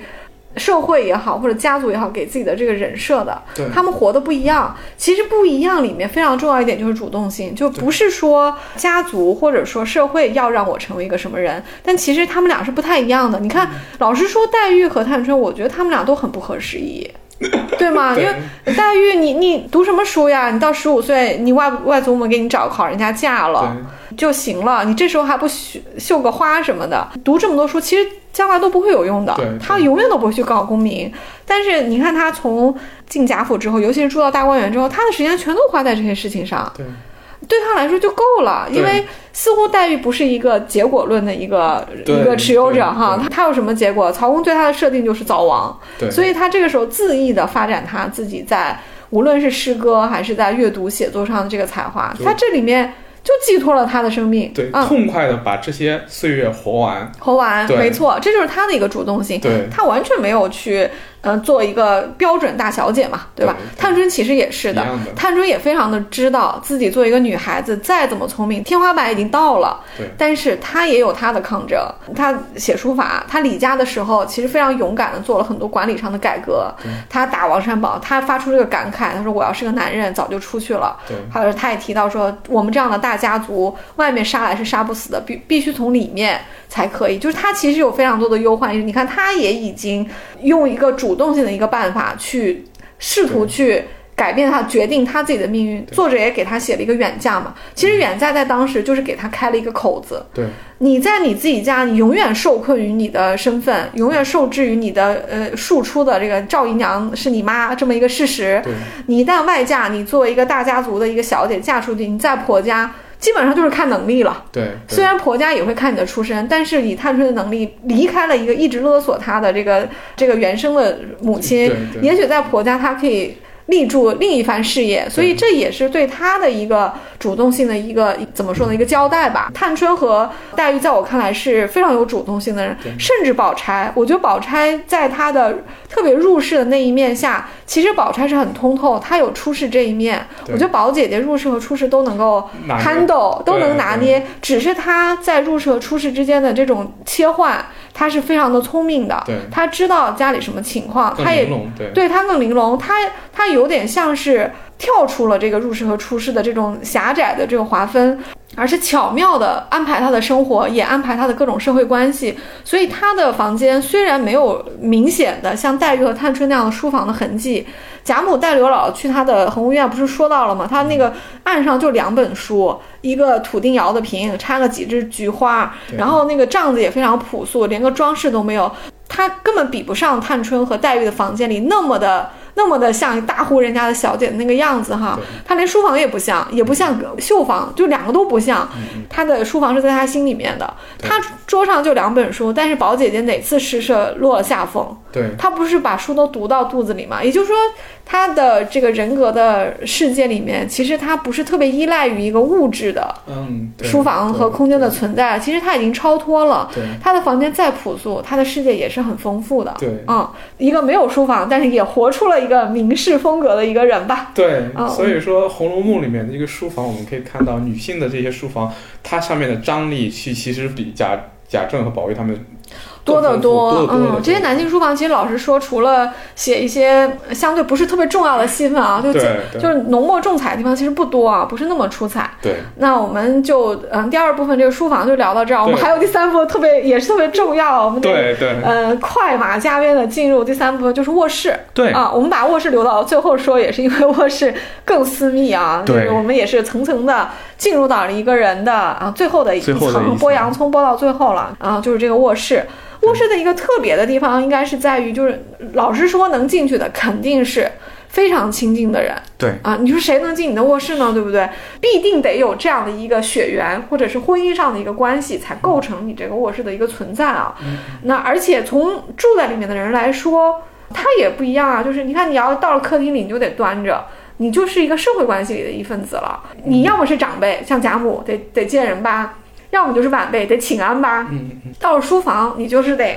社会也好或者家族也好给自己的这个人设的， 他们活得不一样。其实不一样里面非常重要一点就是主动性，就不是说家族或者说社会要让我成为一个什么人，但其实他们俩是不太一样的。你看老实说黛玉和探春，我觉得他们俩都很不合时宜对吗？因为黛玉你读什么书呀？你到15岁你外祖母给你找个好人家嫁了就行了，你这时候还不绣个花什么的，读这么多书其实将来都不会有用的，他永远都不会去搞功名。但是你看他从进贾府之后，尤其是住到大观园之后，他的时间全都花在这些事情上，对他来说就够了。因为似乎黛玉不是一个结果论的一个持有者哈，他有什么结果？曹公对他的设定就是早亡，所以他这个时候恣意的发展他自己在无论是诗歌还是在阅读写作上的这个才华，他这里面就寄托了他的生命， 痛快的把这些岁月活完， 没错，这就是他的一个主动性，他完全没有去做一个标准大小姐嘛，对吧？探春其实也是的，探春也非常的知道自己做一个女孩子再怎么聪明，天花板已经到了，但是她也有她的抗争。她写书法，她离家的时候其实非常勇敢的做了很多管理上的改革。她打王善保，她发出这个感慨，她说我要是个男人早就出去了。还有她也提到说我们这样的大家族外面杀来是杀不死的，必须从里面才可以。就是她其实有非常多的忧患，你看她也已经用一个主动性的一个办法去试图去改变他，决定他自己的命运。作者也给他写了一个远嫁嘛，其实远嫁在当时就是给他开了一个口子，你在你自己家你永远受困于你的身份，永远受制于你的庶出的这个赵姨娘是你妈这么一个事实。你一旦外嫁，你作为一个大家族的一个小姐嫁出去，你在婆家基本上就是看能力了。虽然婆家也会看你的出身，但是以探春的能力离开了一个一直勒索她的这个原生的母亲，也许在婆家她可以立住另一番事业，所以这也是对她的一个主动性的一个怎么说呢，一个交代吧。探春和黛玉在我看来是非常有主动性的人，甚至宝钗，我觉得宝钗在她的特别入世的那一面下，其实宝钗是很通透，她有出世这一面。我觉得宝姐姐入世和出世都能够 handle， 都能拿捏，只是她在入世和出世之间的这种切换，她是非常的聪明的，她知道家里什么情况，她也对她更玲珑，她有点像是跳出了这个入世和出世的这种狭窄的这种划分，而是巧妙地安排他的生活，也安排他的各种社会关系。所以他的房间虽然没有明显的像黛玉和探春那样的书房的痕迹，贾母带刘姥姥去他的恒芜院不是说到了吗？他那个案上就2本书，一个土定窑的瓶，插了几枝菊花，然后那个帐子也非常朴素，连个装饰都没有，他根本比不上探春和黛玉的房间里那么的像大户人家的小姐的那个样子哈。他连书房也不像，也不像绣房，就2个都不像。他的书房是在他心里面的，他桌上就2本书，但是宝姐姐哪次施舍落了下风？他不是把书都读到肚子里吗？也就是说他的这个人格的世界里面，其实他不是特别依赖于一个物质的书房和空间的存在，其实他已经超脱了。他的房间再朴素，他的世界也是很丰富的。一个没有书房但是也活出了一个名士风格的一个人吧。 所以说《红楼梦》里面的这个书房，我们可以看到女性的这些书房，它上面的张力其实比贾政和宝玉他们多得多。这些男性书房其实老实说，除了写一些相对不是特别重要的戏份啊，就是浓墨重彩的地方其实不多啊，不是那么出彩。那我们就第2部分这个书房就聊到这儿，我们还有第3部分也是特别重要，我们快马加鞭的进入第3部分，就是卧室。我们把卧室留到最后说，也是因为卧室更私密啊。我们也是层层的进入到了一个人的最后的一层，剥洋葱剥到最后了啊，就是这个卧室。卧室的一个特别的地方应该是在于，就是老实说能进去的肯定是非常亲近的人。你说谁能进你的卧室呢？对不对？必定得有这样的一个血缘或者是婚姻上的一个关系，才构成你这个卧室的一个存在啊。那而且从住在里面的人来说，他也不一样啊。就是你看，你要到了客厅里，你就得端着，你就是一个社会关系里的一份子了。你要么是长辈，像贾母得见人吧，要么就是晚辈得请安吧。到了书房，你就是得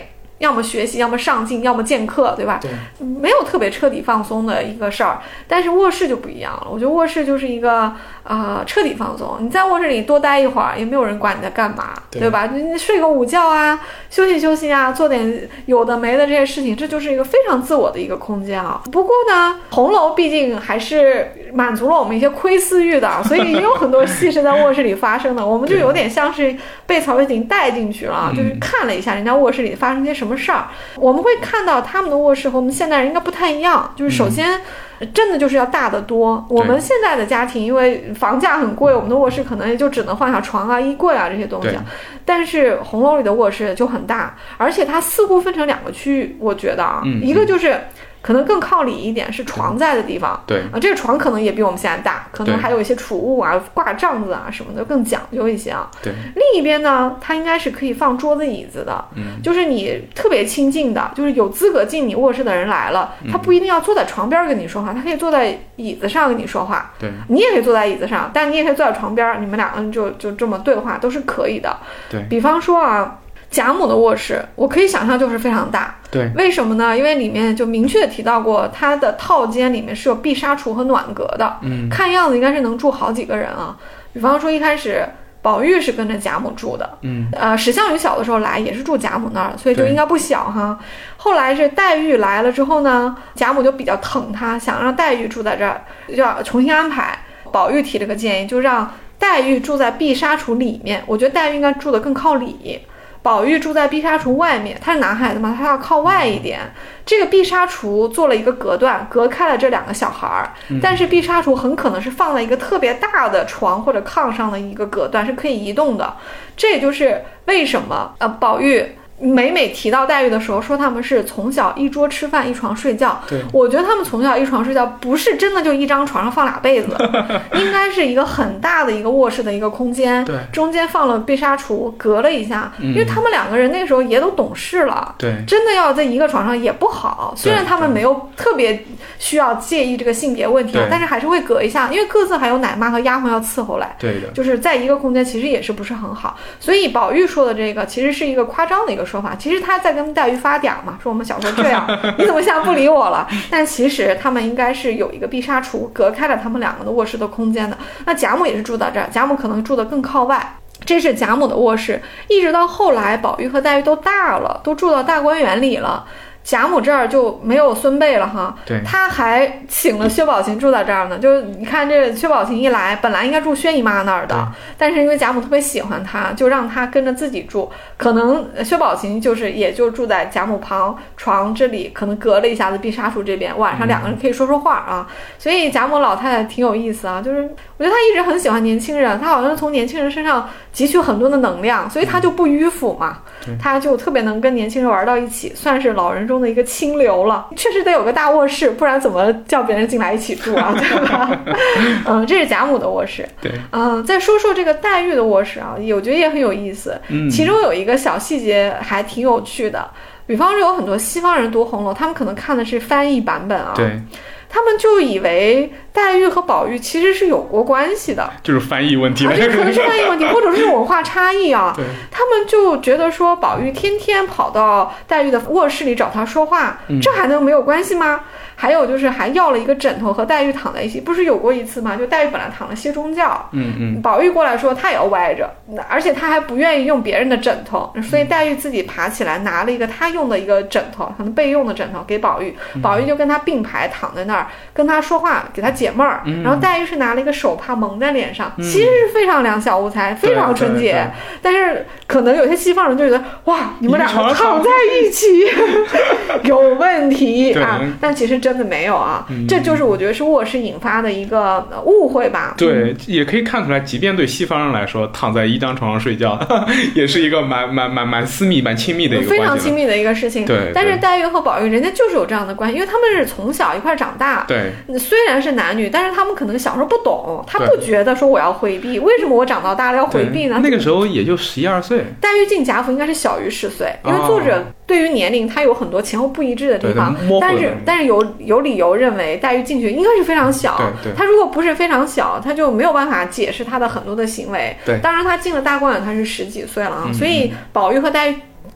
要么学习，要么上进，要么见客，对吧？ 对， 没有特别彻底放松的一个事儿。但是卧室就不一样了，我觉得卧室就是一个彻底放松。你在卧室里多待一会儿，也没有人管你在干嘛， 对吧？你睡个午觉啊，休息休息啊，做点有的没的这些事情，这就是一个非常自我的一个空间啊。不过呢，红楼毕竟还是满足了我们一些窥私欲的，所以也有很多戏是在卧室里发生的。我们就有点像是被曹雪芹带进去了，就是看了一下人家卧室里发生些什么事儿。我们会看到他们的卧室和我们现代人应该不太一样，就是首先真的就是要大得多。我们现在的家庭因为房价很贵，我们的卧室可能也就只能放下床啊、衣柜啊这些东西，但是红楼里的卧室就很大，而且它似乎分成2个区域，我觉得啊，一个就是可能更靠里一点，是床在的地方。 对啊，这个床可能也比我们现在大，可能还有一些储物啊、挂帐子啊什么的更讲究一些啊。 对， 另一边呢，它应该是可以放桌子椅子的，就是你特别亲近的，就是有资格进你卧室的人来了，他不一定要坐在床边跟你说话，他可以坐在椅子上跟你说话。 对， 你也可以坐在椅子上，但你也可以坐在床边，你们2个人就这么对话都是可以的。 对， 比方说啊，贾母的卧室，我可以想象就是非常大。 对， 为什么呢？因为里面就明确提到过，它的套间里面是有碧纱橱和暖阁的。看样子应该是能住好几个人啊。比方说一开始宝玉是跟着贾母住的，史项羽小的时候来也是住贾母那儿，所以就应该不小哈。后来是黛玉来了之后呢，贾母就比较疼她，想让黛玉住在这儿，就要重新安排。宝玉提了个建议，就让黛玉住在碧纱橱里面，我觉得黛玉应该住得更靠里。宝玉住在碧纱橱外面，他是男孩子嘛，他要靠外一点。这个碧纱橱做了一个隔断，隔开了这2个小孩，但是碧纱橱很可能是放在一个特别大的床或者炕上的一个隔断，是可以移动的。这也就是为什么宝玉每提到黛玉的时候说他们是从小一桌吃饭一床睡觉，我觉得他们从小一床睡觉不是真的就一张床上放俩被子，应该是一个很大的一个卧室的一个空间，中间放了碧纱橱隔了一下，因为他们2个人那个时候也都懂事了，真的要在一个床上也不好，虽然他们没有特别需要介意这个性别问题，但是还是会隔一下，因为各自还有奶妈和丫鬟要伺候来，就是在一个空间其实也是不是很好。所以宝玉说的这个其实是一个夸张的一个说法，其实他在跟黛玉发嗲嘛，说我们小时候这样你怎么现在不理我了，但其实他们应该是有一个碧纱橱隔开了他们2个的卧室的空间的。那贾母也是住到这儿，贾母可能住得更靠外，这是贾母的卧室。一直到后来宝玉和黛玉都大了，都住到大观园里了，贾母这儿就没有孙辈了哈，他还请了薛宝琴住在这儿呢。就你看这薛宝琴一来，本来应该住薛姨妈那儿的，但是因为贾母特别喜欢他，就让他跟着自己住。可能薛宝琴也就住在贾母旁床这里，可能隔了一下子碧纱橱这边，晚上2个人可以说说话啊。所以贾母老太太挺有意思啊，就是我觉得她一直很喜欢年轻人，她好像从年轻人身上汲取很多的能量，所以她就不迂腐嘛，她就特别能跟年轻人玩到一起，算是老人中的一个清流了。确实得有个大卧室，不然怎么叫别人进来一起住啊，对吧？这是贾母的卧室。 对， 再说说这个黛玉的卧室啊，我觉得也很有意思。其中有一个小细节还挺有趣的，比方说有很多西方人读红楼，他们可能看的是翻译版本啊，他们就以为黛玉和宝玉其实是有过关系的， 就是翻译问题了， 这可能是翻译问题，或者是文化差异啊。他们就觉得说宝玉天天跑到黛玉的卧室里找她说话，这还能没有关系吗？还有就是还要了一个枕头和黛玉躺在一起，不是有过一次吗？就黛玉本来躺了歇中觉，宝玉过来说他也要歪着，而且他还不愿意用别人的枕头，所以黛玉自己爬起来拿了一个他用的一个枕头，可能备用的枕头给宝玉，宝玉就跟他并排躺在那儿跟他说话，给他解闷儿，然后黛玉是拿了一个手帕蒙在脸上，其实是非常两小无猜，非常纯洁，但是可能有些西方人就觉得哇，你们两个躺在一起有问题啊，但其实真的没有啊，这就是我觉得是卧室引发的一个误会吧。 对，也可以看出来，即便对西方人来说，躺在一张床上睡觉也是一个蛮私密、蛮亲密的一个关系， 非常亲密的一个事情。 对， 但是黛玉和宝玉人家就是有这样的关系，因为他们是从小一块长大。 对， 虽然是男女，但是他们可能小时候不懂，他不觉得说我要回避，为什么我长到大了要回避呢？ 那个时候也就11、12岁。 黛玉进贾府应该是小于10岁，因为作者对于年龄他有很多前后不一致的地方，但是有理由认为黛玉进去应该是非常小，他如果不是非常小，他就没有办法解释他的很多的行为。当然他进了大观园他是10几岁了啊，所以宝玉和黛玉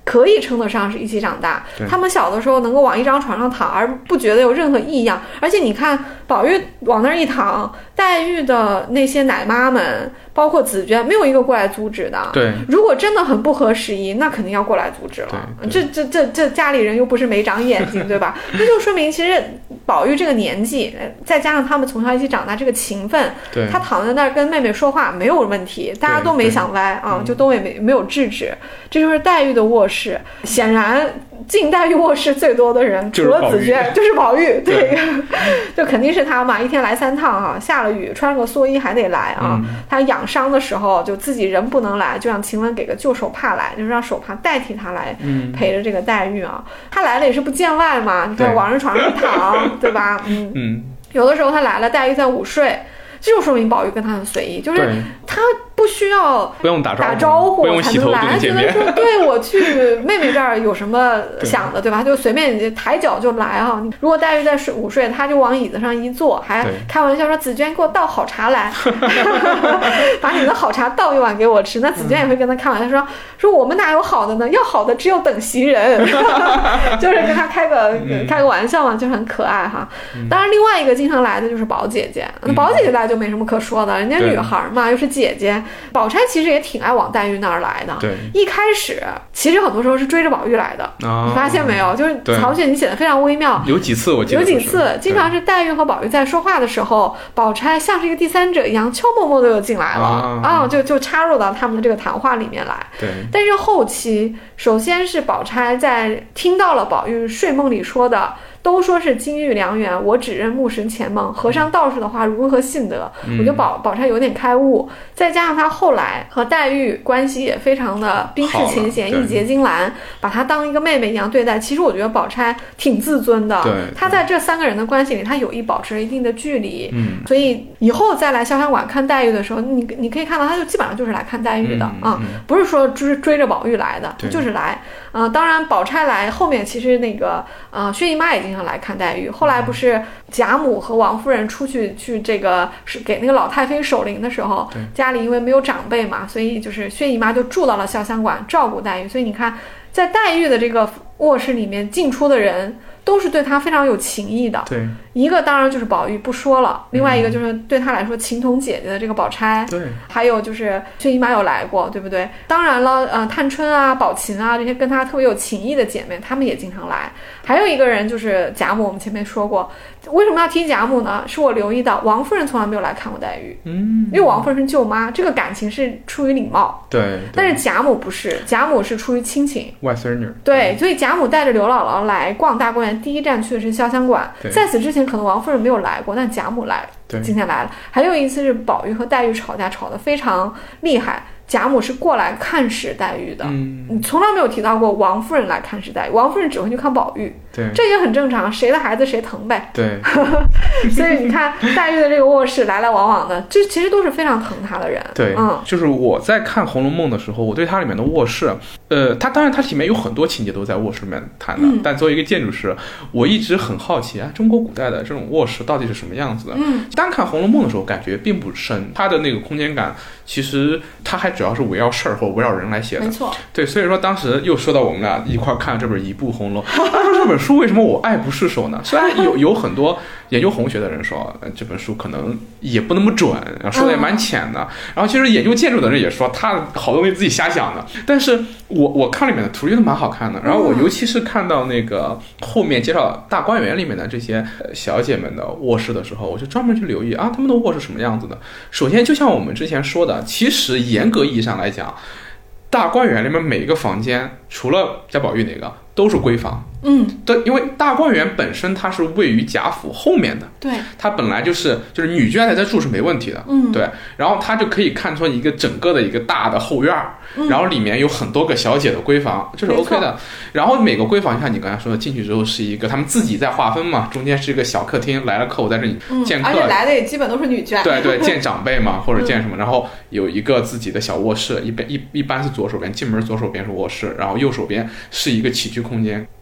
可以称得上是一起长大。他们小的时候能够往一张床上躺，而不觉得有任何异样。而且你看，宝玉往那儿一躺，黛玉的那些奶妈们，包括紫娟，没有一个过来阻止的。 对， 如果真的很不合时宜，那肯定要过来阻止了。这家里人又不是没长眼睛，对吧？那就说明其实宝玉这个年纪，再加上他们从小一起长大，这个情分，他躺在那儿跟妹妹说话没有问题，大家都没想歪啊，就都也没有制止。这就是黛玉的卧室。显然进黛玉卧室最多的人除了紫娟就是宝玉，对，就肯定是他嘛，一天来3趟啊，下了雨穿个蓑衣还得来啊。他养伤的时候就自己人不能来，就让晴雯给个旧手帕来，就是让手帕代替他来陪着这个黛玉啊。他来了也是不见外嘛，你看往人床上躺，对吧？有的时候他来了，黛玉在午睡，这就说明宝玉跟他很随意，就是他不需要不用打招呼不用洗头才能来，觉得说对我去妹妹这儿有什么想的，对吧？就随便抬脚就来哈。如果黛玉在午睡，他就往椅子上一坐，还开玩笑说：“紫娟，给我倒好茶来，把你的好茶倒一碗给我吃。”那紫娟也会跟他开玩笑说：“我们哪有好的呢？要好的只有等袭人。”就是跟他开个玩笑嘛，就很可爱哈。当然，另外一个经常来的就是宝姐姐，那宝姐姐来就没什么可说的，人家女孩嘛，又是姐姐。宝钗其实也挺爱往黛玉那儿来的。 对， 一开始其实很多时候是追着宝玉来的。你发现没有？就是曹雪芹写的非常微妙。 有几次我记得有几次，经常是黛玉和宝玉在说话的时候，宝钗像是一个第三者一样，悄默默的就进来了就插入到他们的这个谈话里面来。 对。 但是后期，首先是宝钗在听到了宝玉睡梦里说的。都说是金玉良缘，我只认木石前梦。和尚道士的话如何信得？我觉得宝钗有点开悟，再加上她后来和黛玉关系也非常的冰释前嫌，义结金兰，把她当一个妹妹一样对待。其实我觉得宝钗挺自尊的，她在这3个人的关系里，她有意保持一定的距离。所以以后再来潇湘馆看黛玉的时候，你可以看到，她就基本上就是来看黛玉的不是说追着宝玉来的，就是来。当然宝钗来后面，其实那个薛姨妈也经常来看黛玉。后来不是贾母和王夫人出去这个是给那个老太妃守灵的时候，家里因为没有长辈嘛，所以就是薛姨妈就住到了潇湘馆照顾黛玉。所以你看，在黛玉的这个卧室里面进出的人都是对她非常有情谊的。 对， 一个当然就是宝玉不说了，另外一个就是对她来说情同姐姐的这个宝钗。 对， 还有就是薛姨妈有来过，对不对？当然了，探春啊、宝琴啊这些跟她特别有情谊的姐妹，她们也经常来。还有一个人就是贾母，我们前面说过，为什么要提贾母呢？是我留意到王夫人从来没有来看过黛玉，因为王夫人是舅妈，这个感情是出于礼貌。 对， 但是贾母不是，贾母是出于亲情， 外孙女。 对，所以贾母带着刘姥姥来逛大观园，第一站去的是潇湘馆。在此之前，可能王夫人没有来过，但贾母来了，今天来了。还有一次是宝玉和黛玉吵架，吵得非常厉害。贾母是过来看视黛玉的，你从来没有提到过王夫人来看视黛玉，王夫人只会去看宝玉， 对， 这也很正常，谁的孩子谁疼呗， 对。 所以你看黛玉的这个卧室来来往往的，这其实都是非常疼她的人。 对，就是我在看《红楼梦》的时候，我对它里面的卧室，它当然它里面有很多情节都在卧室里面谈的，但作为一个建筑师，我一直很好奇啊，中国古代的这种卧室到底是什么样子的？单看《红楼梦》的时候，感觉并不深，它的那个空间感，其实它还主要是围绕事儿或围绕人来写的， 没错。 对，所以说当时又说到我们俩一块看这本《一部红楼》，他说这本书为什么我爱不释手呢？虽然有很多研究红学的人说这本书可能也不那么准，说的也蛮浅的，然后其实研究建筑的人也说他好多东西自己瞎想的，但是我看里面的图觉得蛮好看的，然后我尤其是看到那个后面介绍大观园里面的这些小姐们的卧室的时候，我就专门去留意啊，他们的卧室什么样子的。首先就像我们之前说的，其实严格意义上来讲，大观园里面每一个房间除了贾宝玉那个都是闺房。对，因为大观园本身它是位于贾府后面的， 对，它本来就是女眷在这住是没问题的，对，然后它就可以看出一个整个的一个大的后院，然后里面有很多个小姐的闺房，这是 OK 的。然后每个闺房，像你刚才说的，进去之后是一个他们自己在划分嘛，中间是一个小客厅，来了客户在这里见客， 而且来的也基本都是女眷， 对，见长辈嘛，或者见什么，然后有一个自己的小卧室，一般是左手边，进门左手边是卧室，然后右手边是一个起居空间。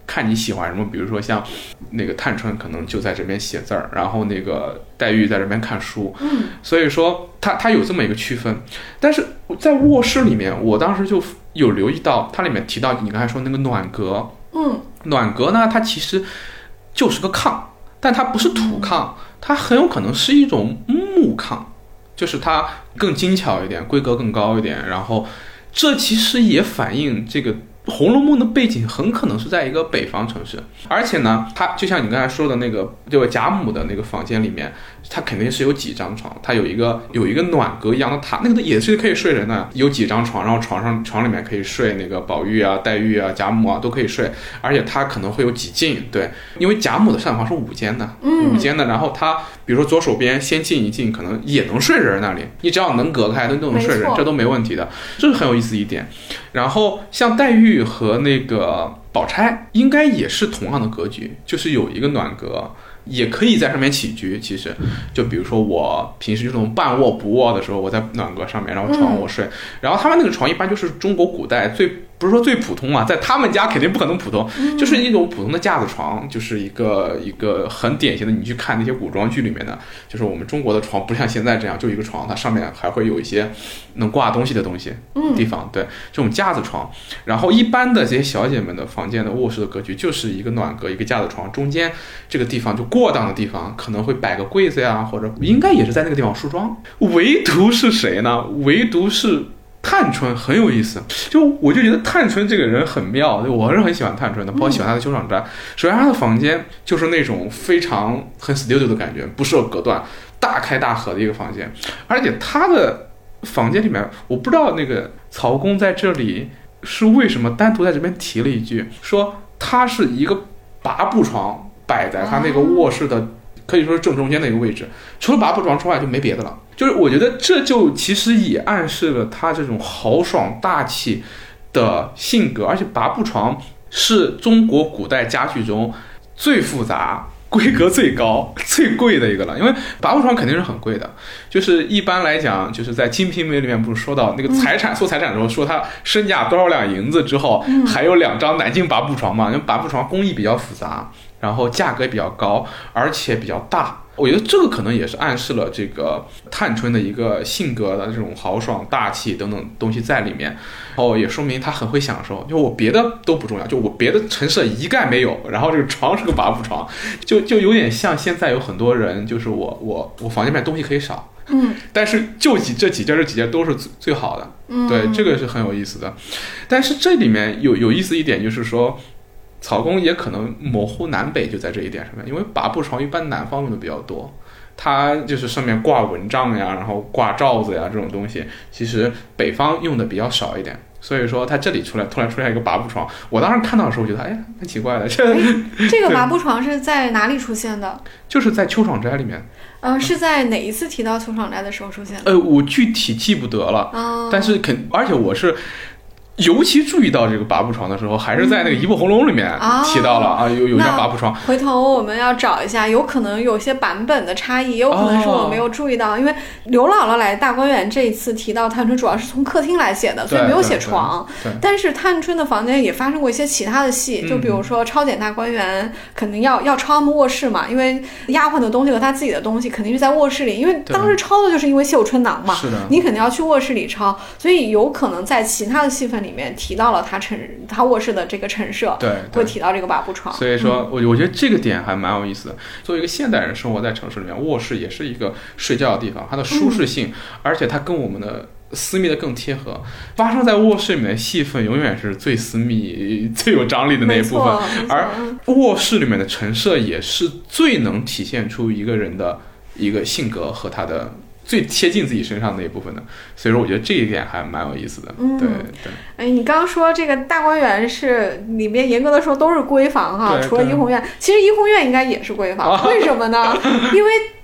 看你喜欢什么，比如说像那个探春可能就在这边写字儿，然后那个黛玉在这边看书，所以说它有这么一个区分。但是在卧室里面，我当时就有留意到，它里面提到你刚才说那个暖阁，暖阁呢，它其实就是个炕，但它不是土炕，它很有可能是一种木炕，就是它更精巧一点，规格更高一点，然后这其实也反映这个《红楼梦》的背景很可能是在一个北方城市，而且呢，它就像你刚才说的那个，就贾母的那个房间里面，它肯定是有几张床，它有一个暖阁一样的榻，那个也是可以睡人的，有几张床，然后床里面可以睡那个宝玉啊、黛玉啊、贾母啊都可以睡，而且它可能会有几进，对，因为贾母的上房是5间的，5间的，然后它比如说左手边先进一进，可能也能睡人那里，你只要能隔开都能睡人，这都没问题的，这是很有意思一点。然后像黛玉和那个宝钗应该也是同样的格局，就是有一个暖阁，也可以在上面起居。其实就比如说我平时这种半卧不卧的时候，我在暖阁上面，然后床我睡，然后他们那个床一般就是中国古代不是说最普通嘛，在他们家肯定不可能普通，就是一种普通的架子床，就是一个很典型的，你去看那些古装剧里面的，就是我们中国的床不像现在这样就一个床，它上面还会有一些能挂东西的东西地方，对，这种架子床。然后一般的这些小姐们的房间的卧室的格局就是一个暖阁，一个架子床，中间这个地方就过当的地方可能会摆个柜子呀，或者应该也是在那个地方梳妆。唯独是谁呢？唯独是探春，很有意思，我就觉得探春这个人很妙，我是很喜欢探春的，包括喜欢她的休长斋。首先她的房间就是那种非常很 studio 的感觉，不设隔断，大开大合的一个房间，而且她的房间里面，我不知道那个曹公在这里是为什么单独在这边提了一句，说他是一个拔步床摆在他那个卧室的可以说是正中间的一个位置，除了拔步床之外就没别的了。就是我觉得这就其实也暗示了他这种豪爽大气的性格，而且拔步床是中国古代家具中最复杂、规格最高、最贵的一个了，因为拔步床肯定是很贵的。就是一般来讲，就是在《金瓶梅》里面不是说到那个财产说财产的时候，说他身价多少两银子之后，还有2张南京拔步床嘛，因为拔步床工艺比较复杂，然后价格比较高，而且比较大。我觉得这个可能也是暗示了这个探春的一个性格的这种豪爽大气等等东西在里面，然后也说明他很会享受，就我别的都不重要，就我别的陈设一概没有，然后这个床是个拔步床，就有点像现在有很多人，就是我房间里面东西可以少，但是就这几件都是最好的，对，这个是很有意思的。但是这里面有意思一点就是说，曹公也可能模糊南北就在这一点上面，因为拔步床一般南方用的比较多，它就是上面挂蚊帐呀，然后挂罩子呀这种东西，其实北方用的比较少一点。所以说它这里突然出现一个拔步床，我当时看到的时候我觉得蛮奇怪的。 这个拔步床是在哪里出现的？ 就是在秋爽斋里面。 是在哪一次提到秋爽斋的时候出现的？ 我具体记不得了，但是而且我是尤其注意到这个拔步床的时候，还是在那个《一部红楼》里面提到了有张拔步床。 回头我们要找一下，有可能有些版本的差异，也有可能是我没有注意到，因为刘姥姥来大观园这一次提到探春，主要是从客厅来写的，所以没有写床。但是探春的房间也发生过一些其他的戏，就比如说抄检大观园，肯定要抄他们卧室嘛，因为丫鬟的东西和他自己的东西肯定是在卧室里，因为当时抄的就是因为绣春囊嘛，你肯定要去卧室里抄，所以有可能在其他的戏份里面提到了他卧室的这个陈设，对，会提到这个拔步床。 所以说我觉得这个点还蛮有意思的。作为一个现代人生活在城市里面，卧室也是一个睡觉的地方，它的舒适性，而且它跟我们的私密的更贴合。发生在卧室里面的戏份永远是最私密、最有张力的那一部分，而卧室里面的陈设也是最能体现出一个人的一个性格和他的最贴近自己身上那一部分的，所以说我觉得这一点还蛮有意思的。对。 你刚刚说这个大观园是里面严格的说都是闺房哈，除了怡红院，其实怡红院应该也是闺房，为什么呢？因为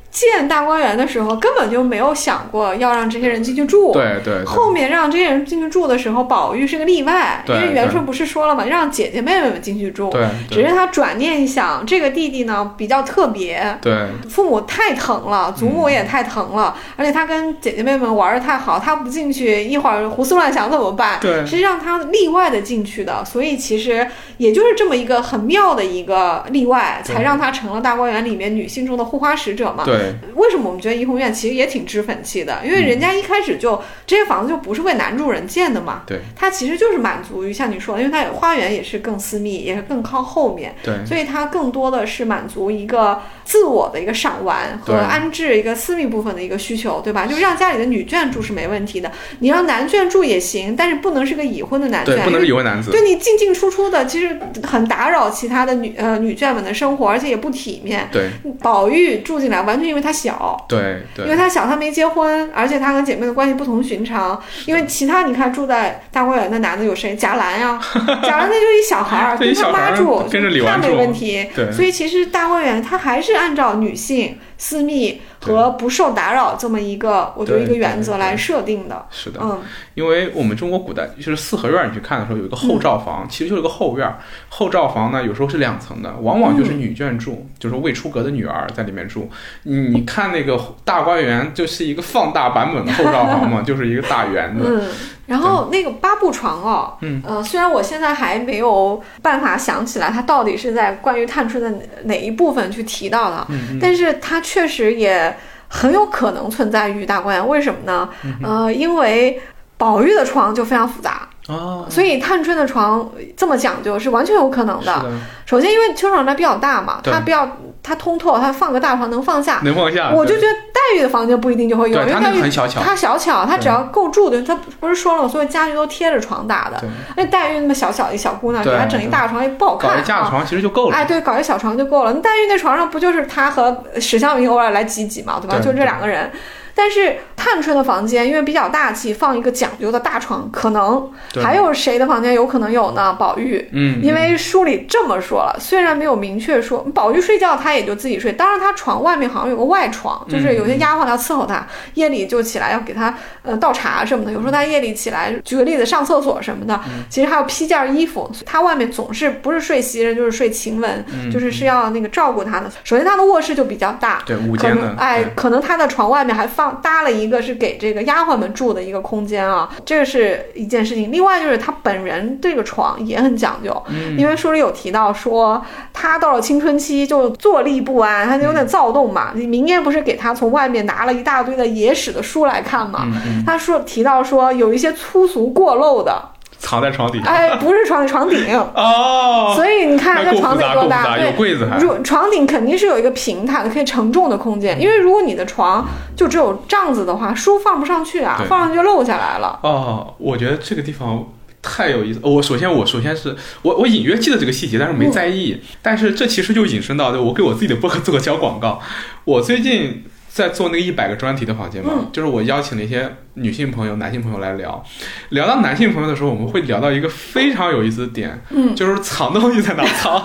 建大观园的时候根本就没有想过要让这些人进去住， 对， 后面让这些人进去住的时候，宝玉是个例外，因为元顺不是说了嘛，让姐姐妹妹们进去住， 对， 只是他转念一想，这个弟弟呢比较特别， 对， 父母太疼了，祖母也太疼了，而且他跟姐姐妹们玩的太好，他不进去一会儿胡思乱想怎么办？ 对， 是让他例外的进去的，所以其实也就是这么一个很妙的一个例外，才让他成了大观园里面女性中的护花使者嘛。 对， 为什么我们觉得怡红院其实也挺脂粉气的？因为人家一开始就这些房子就不是为男主人建的嘛， 对， 它其实就是满足于像你说的，因为它有花园也是更私密，也是更靠后面， 对， 所以它更多的是满足一个自我的一个赏玩和安置一个私密部分的一个需求，对吧？就让家里的女眷住是没问题的，你让男眷住也行，但是不能是个已婚的男眷， 对，不能是已婚男子， 对，你进进出出的，其实很打扰其他的女眷们的生活，而且也不体面。 对， 宝玉住进来完全因为他小， 对， 因为他小，他没结婚，而且他和姐妹的关系不同寻常。因为其他你看住在大观园的男的有谁？贾兰呀，贾兰那就一小孩跟他妈住， 跟着李纨住， 他没问题。 对， 所以其实大观园他还是按照女性私密和不受打扰这么一个，我觉得一个原则来设定的。 是的，因为我们中国古代就是四合院，你去看的时候有一个后罩房，其实就是个后院。后罩房呢，有时候是2层的，往往就是女眷住，就是未出阁的女儿在里面住。你看那个大观园，就是一个放大版本的后罩房嘛，就是一个大圆的。 然后那个8步床哦，虽然我现在还没有办法想起来它到底是在关于探春的哪一部分去提到的，但是它确实也很有可能存在于大观园。为什么呢？因为宝玉的床就非常复杂。所以探春的床这么讲究是完全有可能的。首先因为秋爽它比较大嘛，它通透，它放个大床能放下，我就觉得黛玉的房间不一定就会有，因为黛玉它小巧，它只要够住的，它不是说了所有家具都贴着床打的。那黛玉那么小小一小姑娘，给她整一大床也不好看， 搞一架床其实就够了。 哎，对，搞一小床就够了。那黛玉那床上不就是她和史湘云偶尔来挤挤嘛，对吧？就这2个人。但是探春的房间因为比较大气，放一个讲究的大床可能。还有谁的房间有可能有呢？宝玉。因为书里这么说了，虽然没有明确说宝玉睡觉他也就自己睡，当然他床外面好像有个外床，就是有些丫鬟要伺候他，夜里就起来要给他倒茶什么的，有时候他夜里起来举个例子上厕所什么的，其实还有披件衣服，他外面总是不是睡袭人就是睡晴雯，就是要那个照顾他的。首先他的卧室就比较大， 对，5间的， 可能他的床外面还搭了一个是给这个丫鬟们住的一个空间啊，这个是一件事情。另外就是他本人这个床也很讲究，因为书里有提到说他到了青春期就坐立不安，他就有点躁动嘛。明艳不是给他从外面拿了一大堆的野史的书来看嘛，他提到说有一些粗俗过漏的藏在床底下， 不是床顶哦，所以你看这床得多大？ 有柜子还床顶肯定是有一个平坦的可以承重的空间，因为如果你的床就只有帐子的话，书放不上去啊，放上去就漏下来了。 我觉得这个地方太有意思。我首先是我隐约记得这个细节，但是没在意。但是这其实就引申到我给我自己的播客做个小广告。我最近在做那个100个专题的房间嘛，就是我邀请了一些女性朋友、男性朋友来聊到男性朋友的时候，我们会聊到一个非常有意思的点，就是藏东西在哪藏。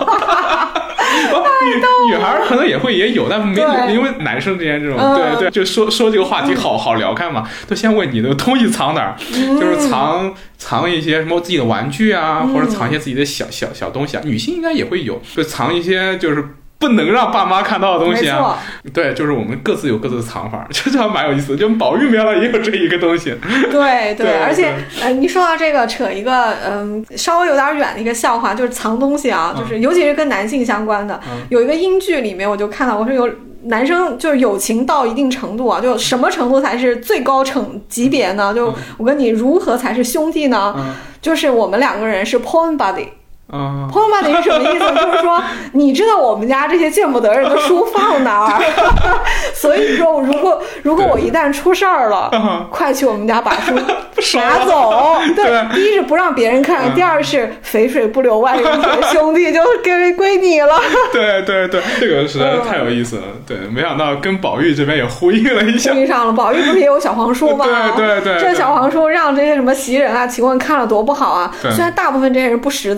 女孩可能也有，但没因为男生之间这种对，就说这个话题好聊看嘛，都先问你的东西藏哪儿，就是藏一些什么自己的玩具啊，或者藏一些自己的小东西啊。女性应该也会有，就藏一些就是不能让爸妈看到的东西啊。对，就是我们各自有各自的藏法，这还蛮有意思的。就宝玉庙也有这一个东西。对， 而且你说到这个，扯一个稍微有点远的一个笑话，就是藏东西啊，就是尤其是跟男性相关的。有一个英剧里面我就看到，我说有男生就是友情到一定程度啊，就什么程度才是最高级别呢？就我跟你如何才是兄弟呢？就是我们2个人是 porn buddy。porn buddy 是什么意思？就是说你知道我们家这些见不得人的书放哪儿，所以说如果我一旦出事儿了，快去我们家把书拿走。对，第一是不让别人看，第二是肥水不流外人田，兄弟就归你了。 对，这个实在是太有意思了。对，没想到跟宝玉这边也呼应了一下。 呼应上了，宝玉不是也有小黄书吗？ 对， 这小黄书让这些什么袭人啊、晴雯看了多不好啊！虽然大部分这些人不识字，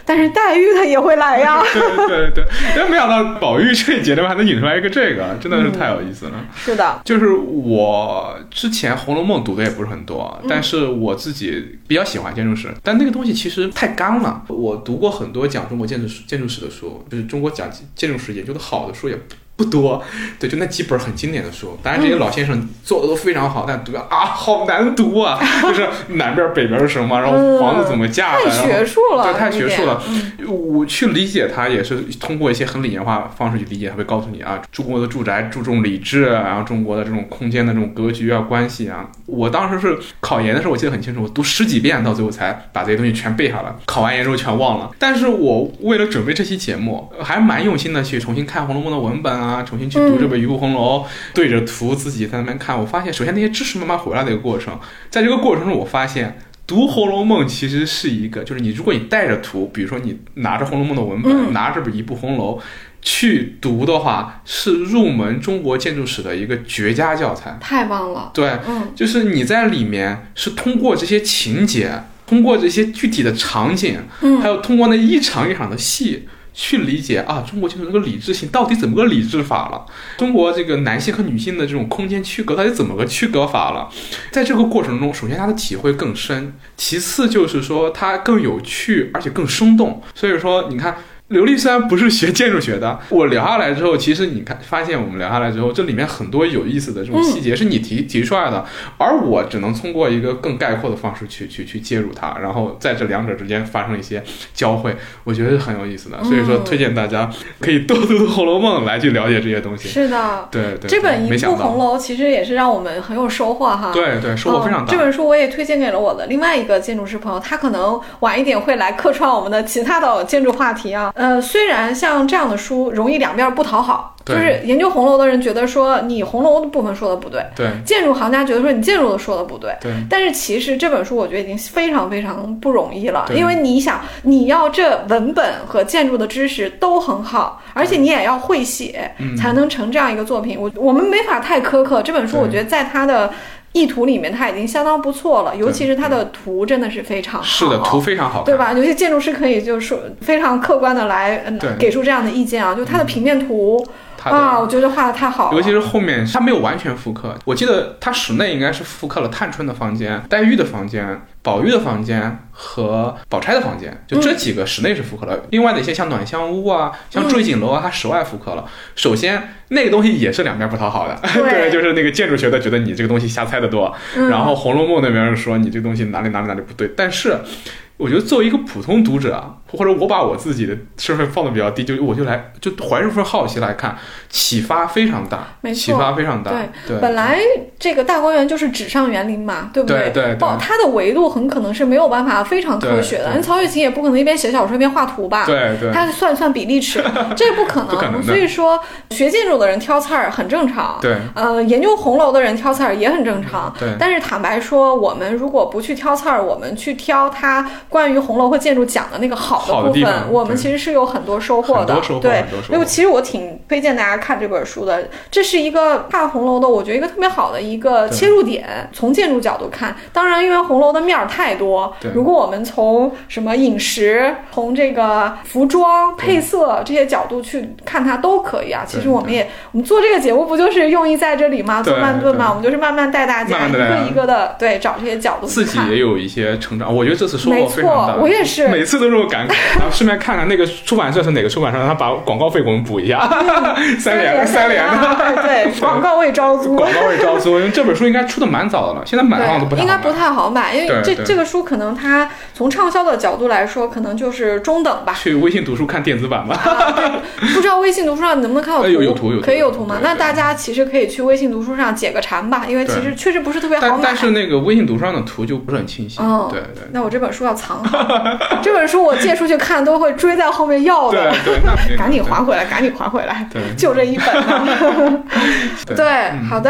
但是黛玉她也会来呀。 对，但没想到宝玉这一节里面还能引出来一个这个，真的是太有意思了。 是的， 就是我之前《红楼梦》读的也不是很多，但是我自己比较喜欢建筑史，但那个东西其实太干了。我读过很多讲中国建筑史的书，就是中国讲建筑史研究的好的书也不多，对，就那几本很经典的书。当然这些老先生做的都非常好，但读好难读啊！就是南边北边是什么，然后房子怎么架的， 太学术了， 对，太学术了。我去理解它也是通过一些很理念化方式去理解，它会告诉你啊，中国的住宅注重理智，然后中国的这种空间的这种格局啊、关系啊。我当时是考研的时候，我记得很清楚，我读10几遍，到最后才把这些东西全背下来。考完研之后全忘了。但是我为了准备这期节目，还蛮用心的去重新看《红楼梦》的文本啊，重新去读这本《渔父红楼》，对着图自己在那边看。我发现，首先那些知识慢慢回来的一个过程，在这个过程中，我发现读《红楼梦》其实是一个，就是如果你带着图，比如说你拿着《红楼梦》的文本，拿着这本《渔父红楼》去读的话，是入门中国建筑史的一个绝佳教材。 太棒了！ 对，就是你在里面是通过这些情节，通过这些具体的场景，还有通过那一场一场的戏。去理解啊，中国建筑这个理智性到底怎么个理智法了？中国这个男性和女性的这种空间区隔到底怎么个区隔法了？在这个过程中，首先他的体会更深，其次就是说它更有趣，而且更生动。所以说，你看。刘丽虽然不是学建筑学的，我聊下来之后，其实你看发现我们聊下来之后，这里面很多有意思的这种细节是你提出来的，而我只能通过一个更概括的方式去介入它，然后在这两者之间发生一些交汇，我觉得是很有意思的。所以说推荐大家可以多读读《红楼梦》来去了解这些东西。 是的， 对， 这本《一部红楼》其实也是让我们很有收获哈。 对，收获非常大。 这本书我也推荐给了我的另外一个建筑师朋友，他可能晚一点会来客串我们的其他的建筑话题啊。虽然像这样的书容易两边不讨好，就是研究红楼的人觉得说你红楼的部分说的不对，建筑行家觉得说你建筑的说的不对，但是其实这本书我觉得已经非常非常不容易了，因为你想你要这文本和建筑的知识都很好，而且你也要会写，才能成这样一个作品。我们没法太苛刻，这本书我觉得在它的意图里面它已经相当不错了，尤其是它的图真的是非常好， 是的，图非常好看， 对吧？有些建筑师可以就是说非常客观的来给出这样的意见啊，就它的平面图啊，我觉得画的太好了， 尤其是后面它没有完全复刻，我记得它室内应该是复刻了探春的房间、黛玉的房间、宝玉的房间和宝钗的房间，就这几个室内是复刻了，另外的一些像暖香屋啊、像坠锦楼啊，它室外复刻了。首先那个东西也是两边不讨好的，对，就是那个建筑学的觉得你这个东西瞎猜的多，然后《红楼梦》那边说你这个东西哪里不对，但是我觉得作为一个普通读者，或者我把我自己的身份放得比较低，我就怀着份好奇来看，启发非常大，启发非常大。对， 本来这个大观园就是纸上园林嘛，对不对？ 对， 它的维度很可能是没有办法非常科学的。曹雪芹也不可能一边写小说一边画图吧？ 对， 他算比例尺，这不可能。所以说，学建筑的人挑刺儿很正常。 对， 研究红楼的人挑刺儿也很正常。 对， 但是坦白说，我们如果不去挑刺儿，我们去挑它关于红楼和建筑讲的那个好的部分，我们其实是有很多收获的。对，因为其实我挺推荐大家看这本书的，这是一个看红楼的，我觉得一个特别好的一个切入点。从建筑角度看，当然因为红楼的面太多，如果我们从什么饮食、从这个服装、配色这些角度去看它都可以啊。其实我们做这个节目不就是用意在这里吗？做慢炖嘛，我们就是慢慢带大家一个一个的找这些角度去看， 自己也有一一些成长，我觉得这次收获非常大。 我也是， 每次都是我感慨。然后顺便看看那个出版社是哪个出版社，让他把广告费给我们补一下。三联的， 对，广告位招租， 广告位招租。因为这本书应该出的蛮早的了，现在买的话都不太好买， 应该不太好买，因为这个书可能它从畅销的角度来说，可能就是中等吧。 去微信读书看电子版吧。 不知道微信读书上能不能看到图？ 有图， 可以有图吗？那大家其实可以去微信读书上解个馋吧，因为其实确实不是特别好买。 但是那个微信读书上的图就不是很清晰。对。 那我这本书要藏好，这本书我借出去看都会追在后面要的。 对， 赶紧还回来，赶紧还回来。就这一本。对，好的。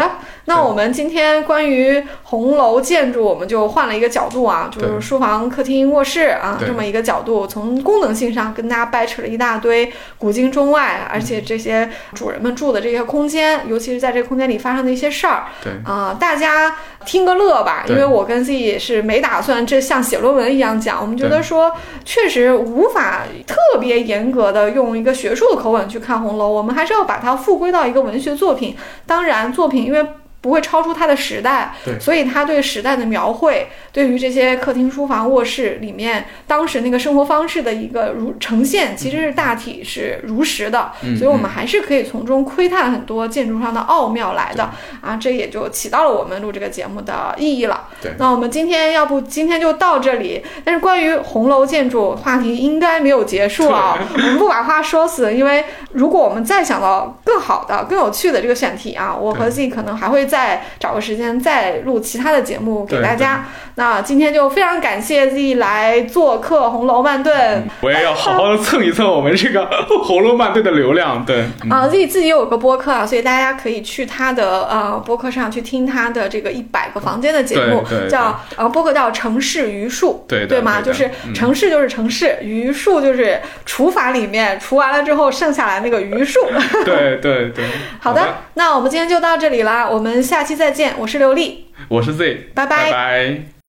那我们今天关于红楼建筑，我们就换了一个角度啊，就是书房、客厅、卧室啊这么一个角度，从功能性上跟大家掰扯了一大堆古今中外，而且这些主人们住的这些空间，尤其是在这个空间里发生的一些事儿， 对大家听个乐吧，因为我跟自己也是没打算这像写论文一样讲，我们觉得说确实无法特别严格的用一个学术的口吻去看红楼，我们还是要把它复归到一个文学作品。当然作品因为不会超出它的时代，所以它对时代的描绘，对于这些客厅、书房、卧室里面当时那个生活方式的一个呈现，其实是大体是如实的，所以我们还是可以从中窥探很多建筑上的奥妙来的啊，这也就起到了我们录这个节目的意义了。那我们今天就到这里，但是关于红楼建筑话题应该没有结束啊，我们不把话说死，因为如果我们再想到更好的、更有趣的这个选题啊，我和自己可能还会再找个时间再录其他的节目给大家。那今天就非常感谢 Z 来做客红楼慢炖， 我也要好好的蹭一蹭我们这个红楼慢炖的流量。对 ，Z 自己有个播客啊，所以大家可以去他的播客上去听他的这个100个房间的节目，叫播客叫城市余数，对吗？就是城市就是城市，余数就是除法里面除完了之后剩下来那个余数。 对。 好的，那我们今天就到这里啦，我们下期再见。我是刘丽， 我是 Z， 拜拜。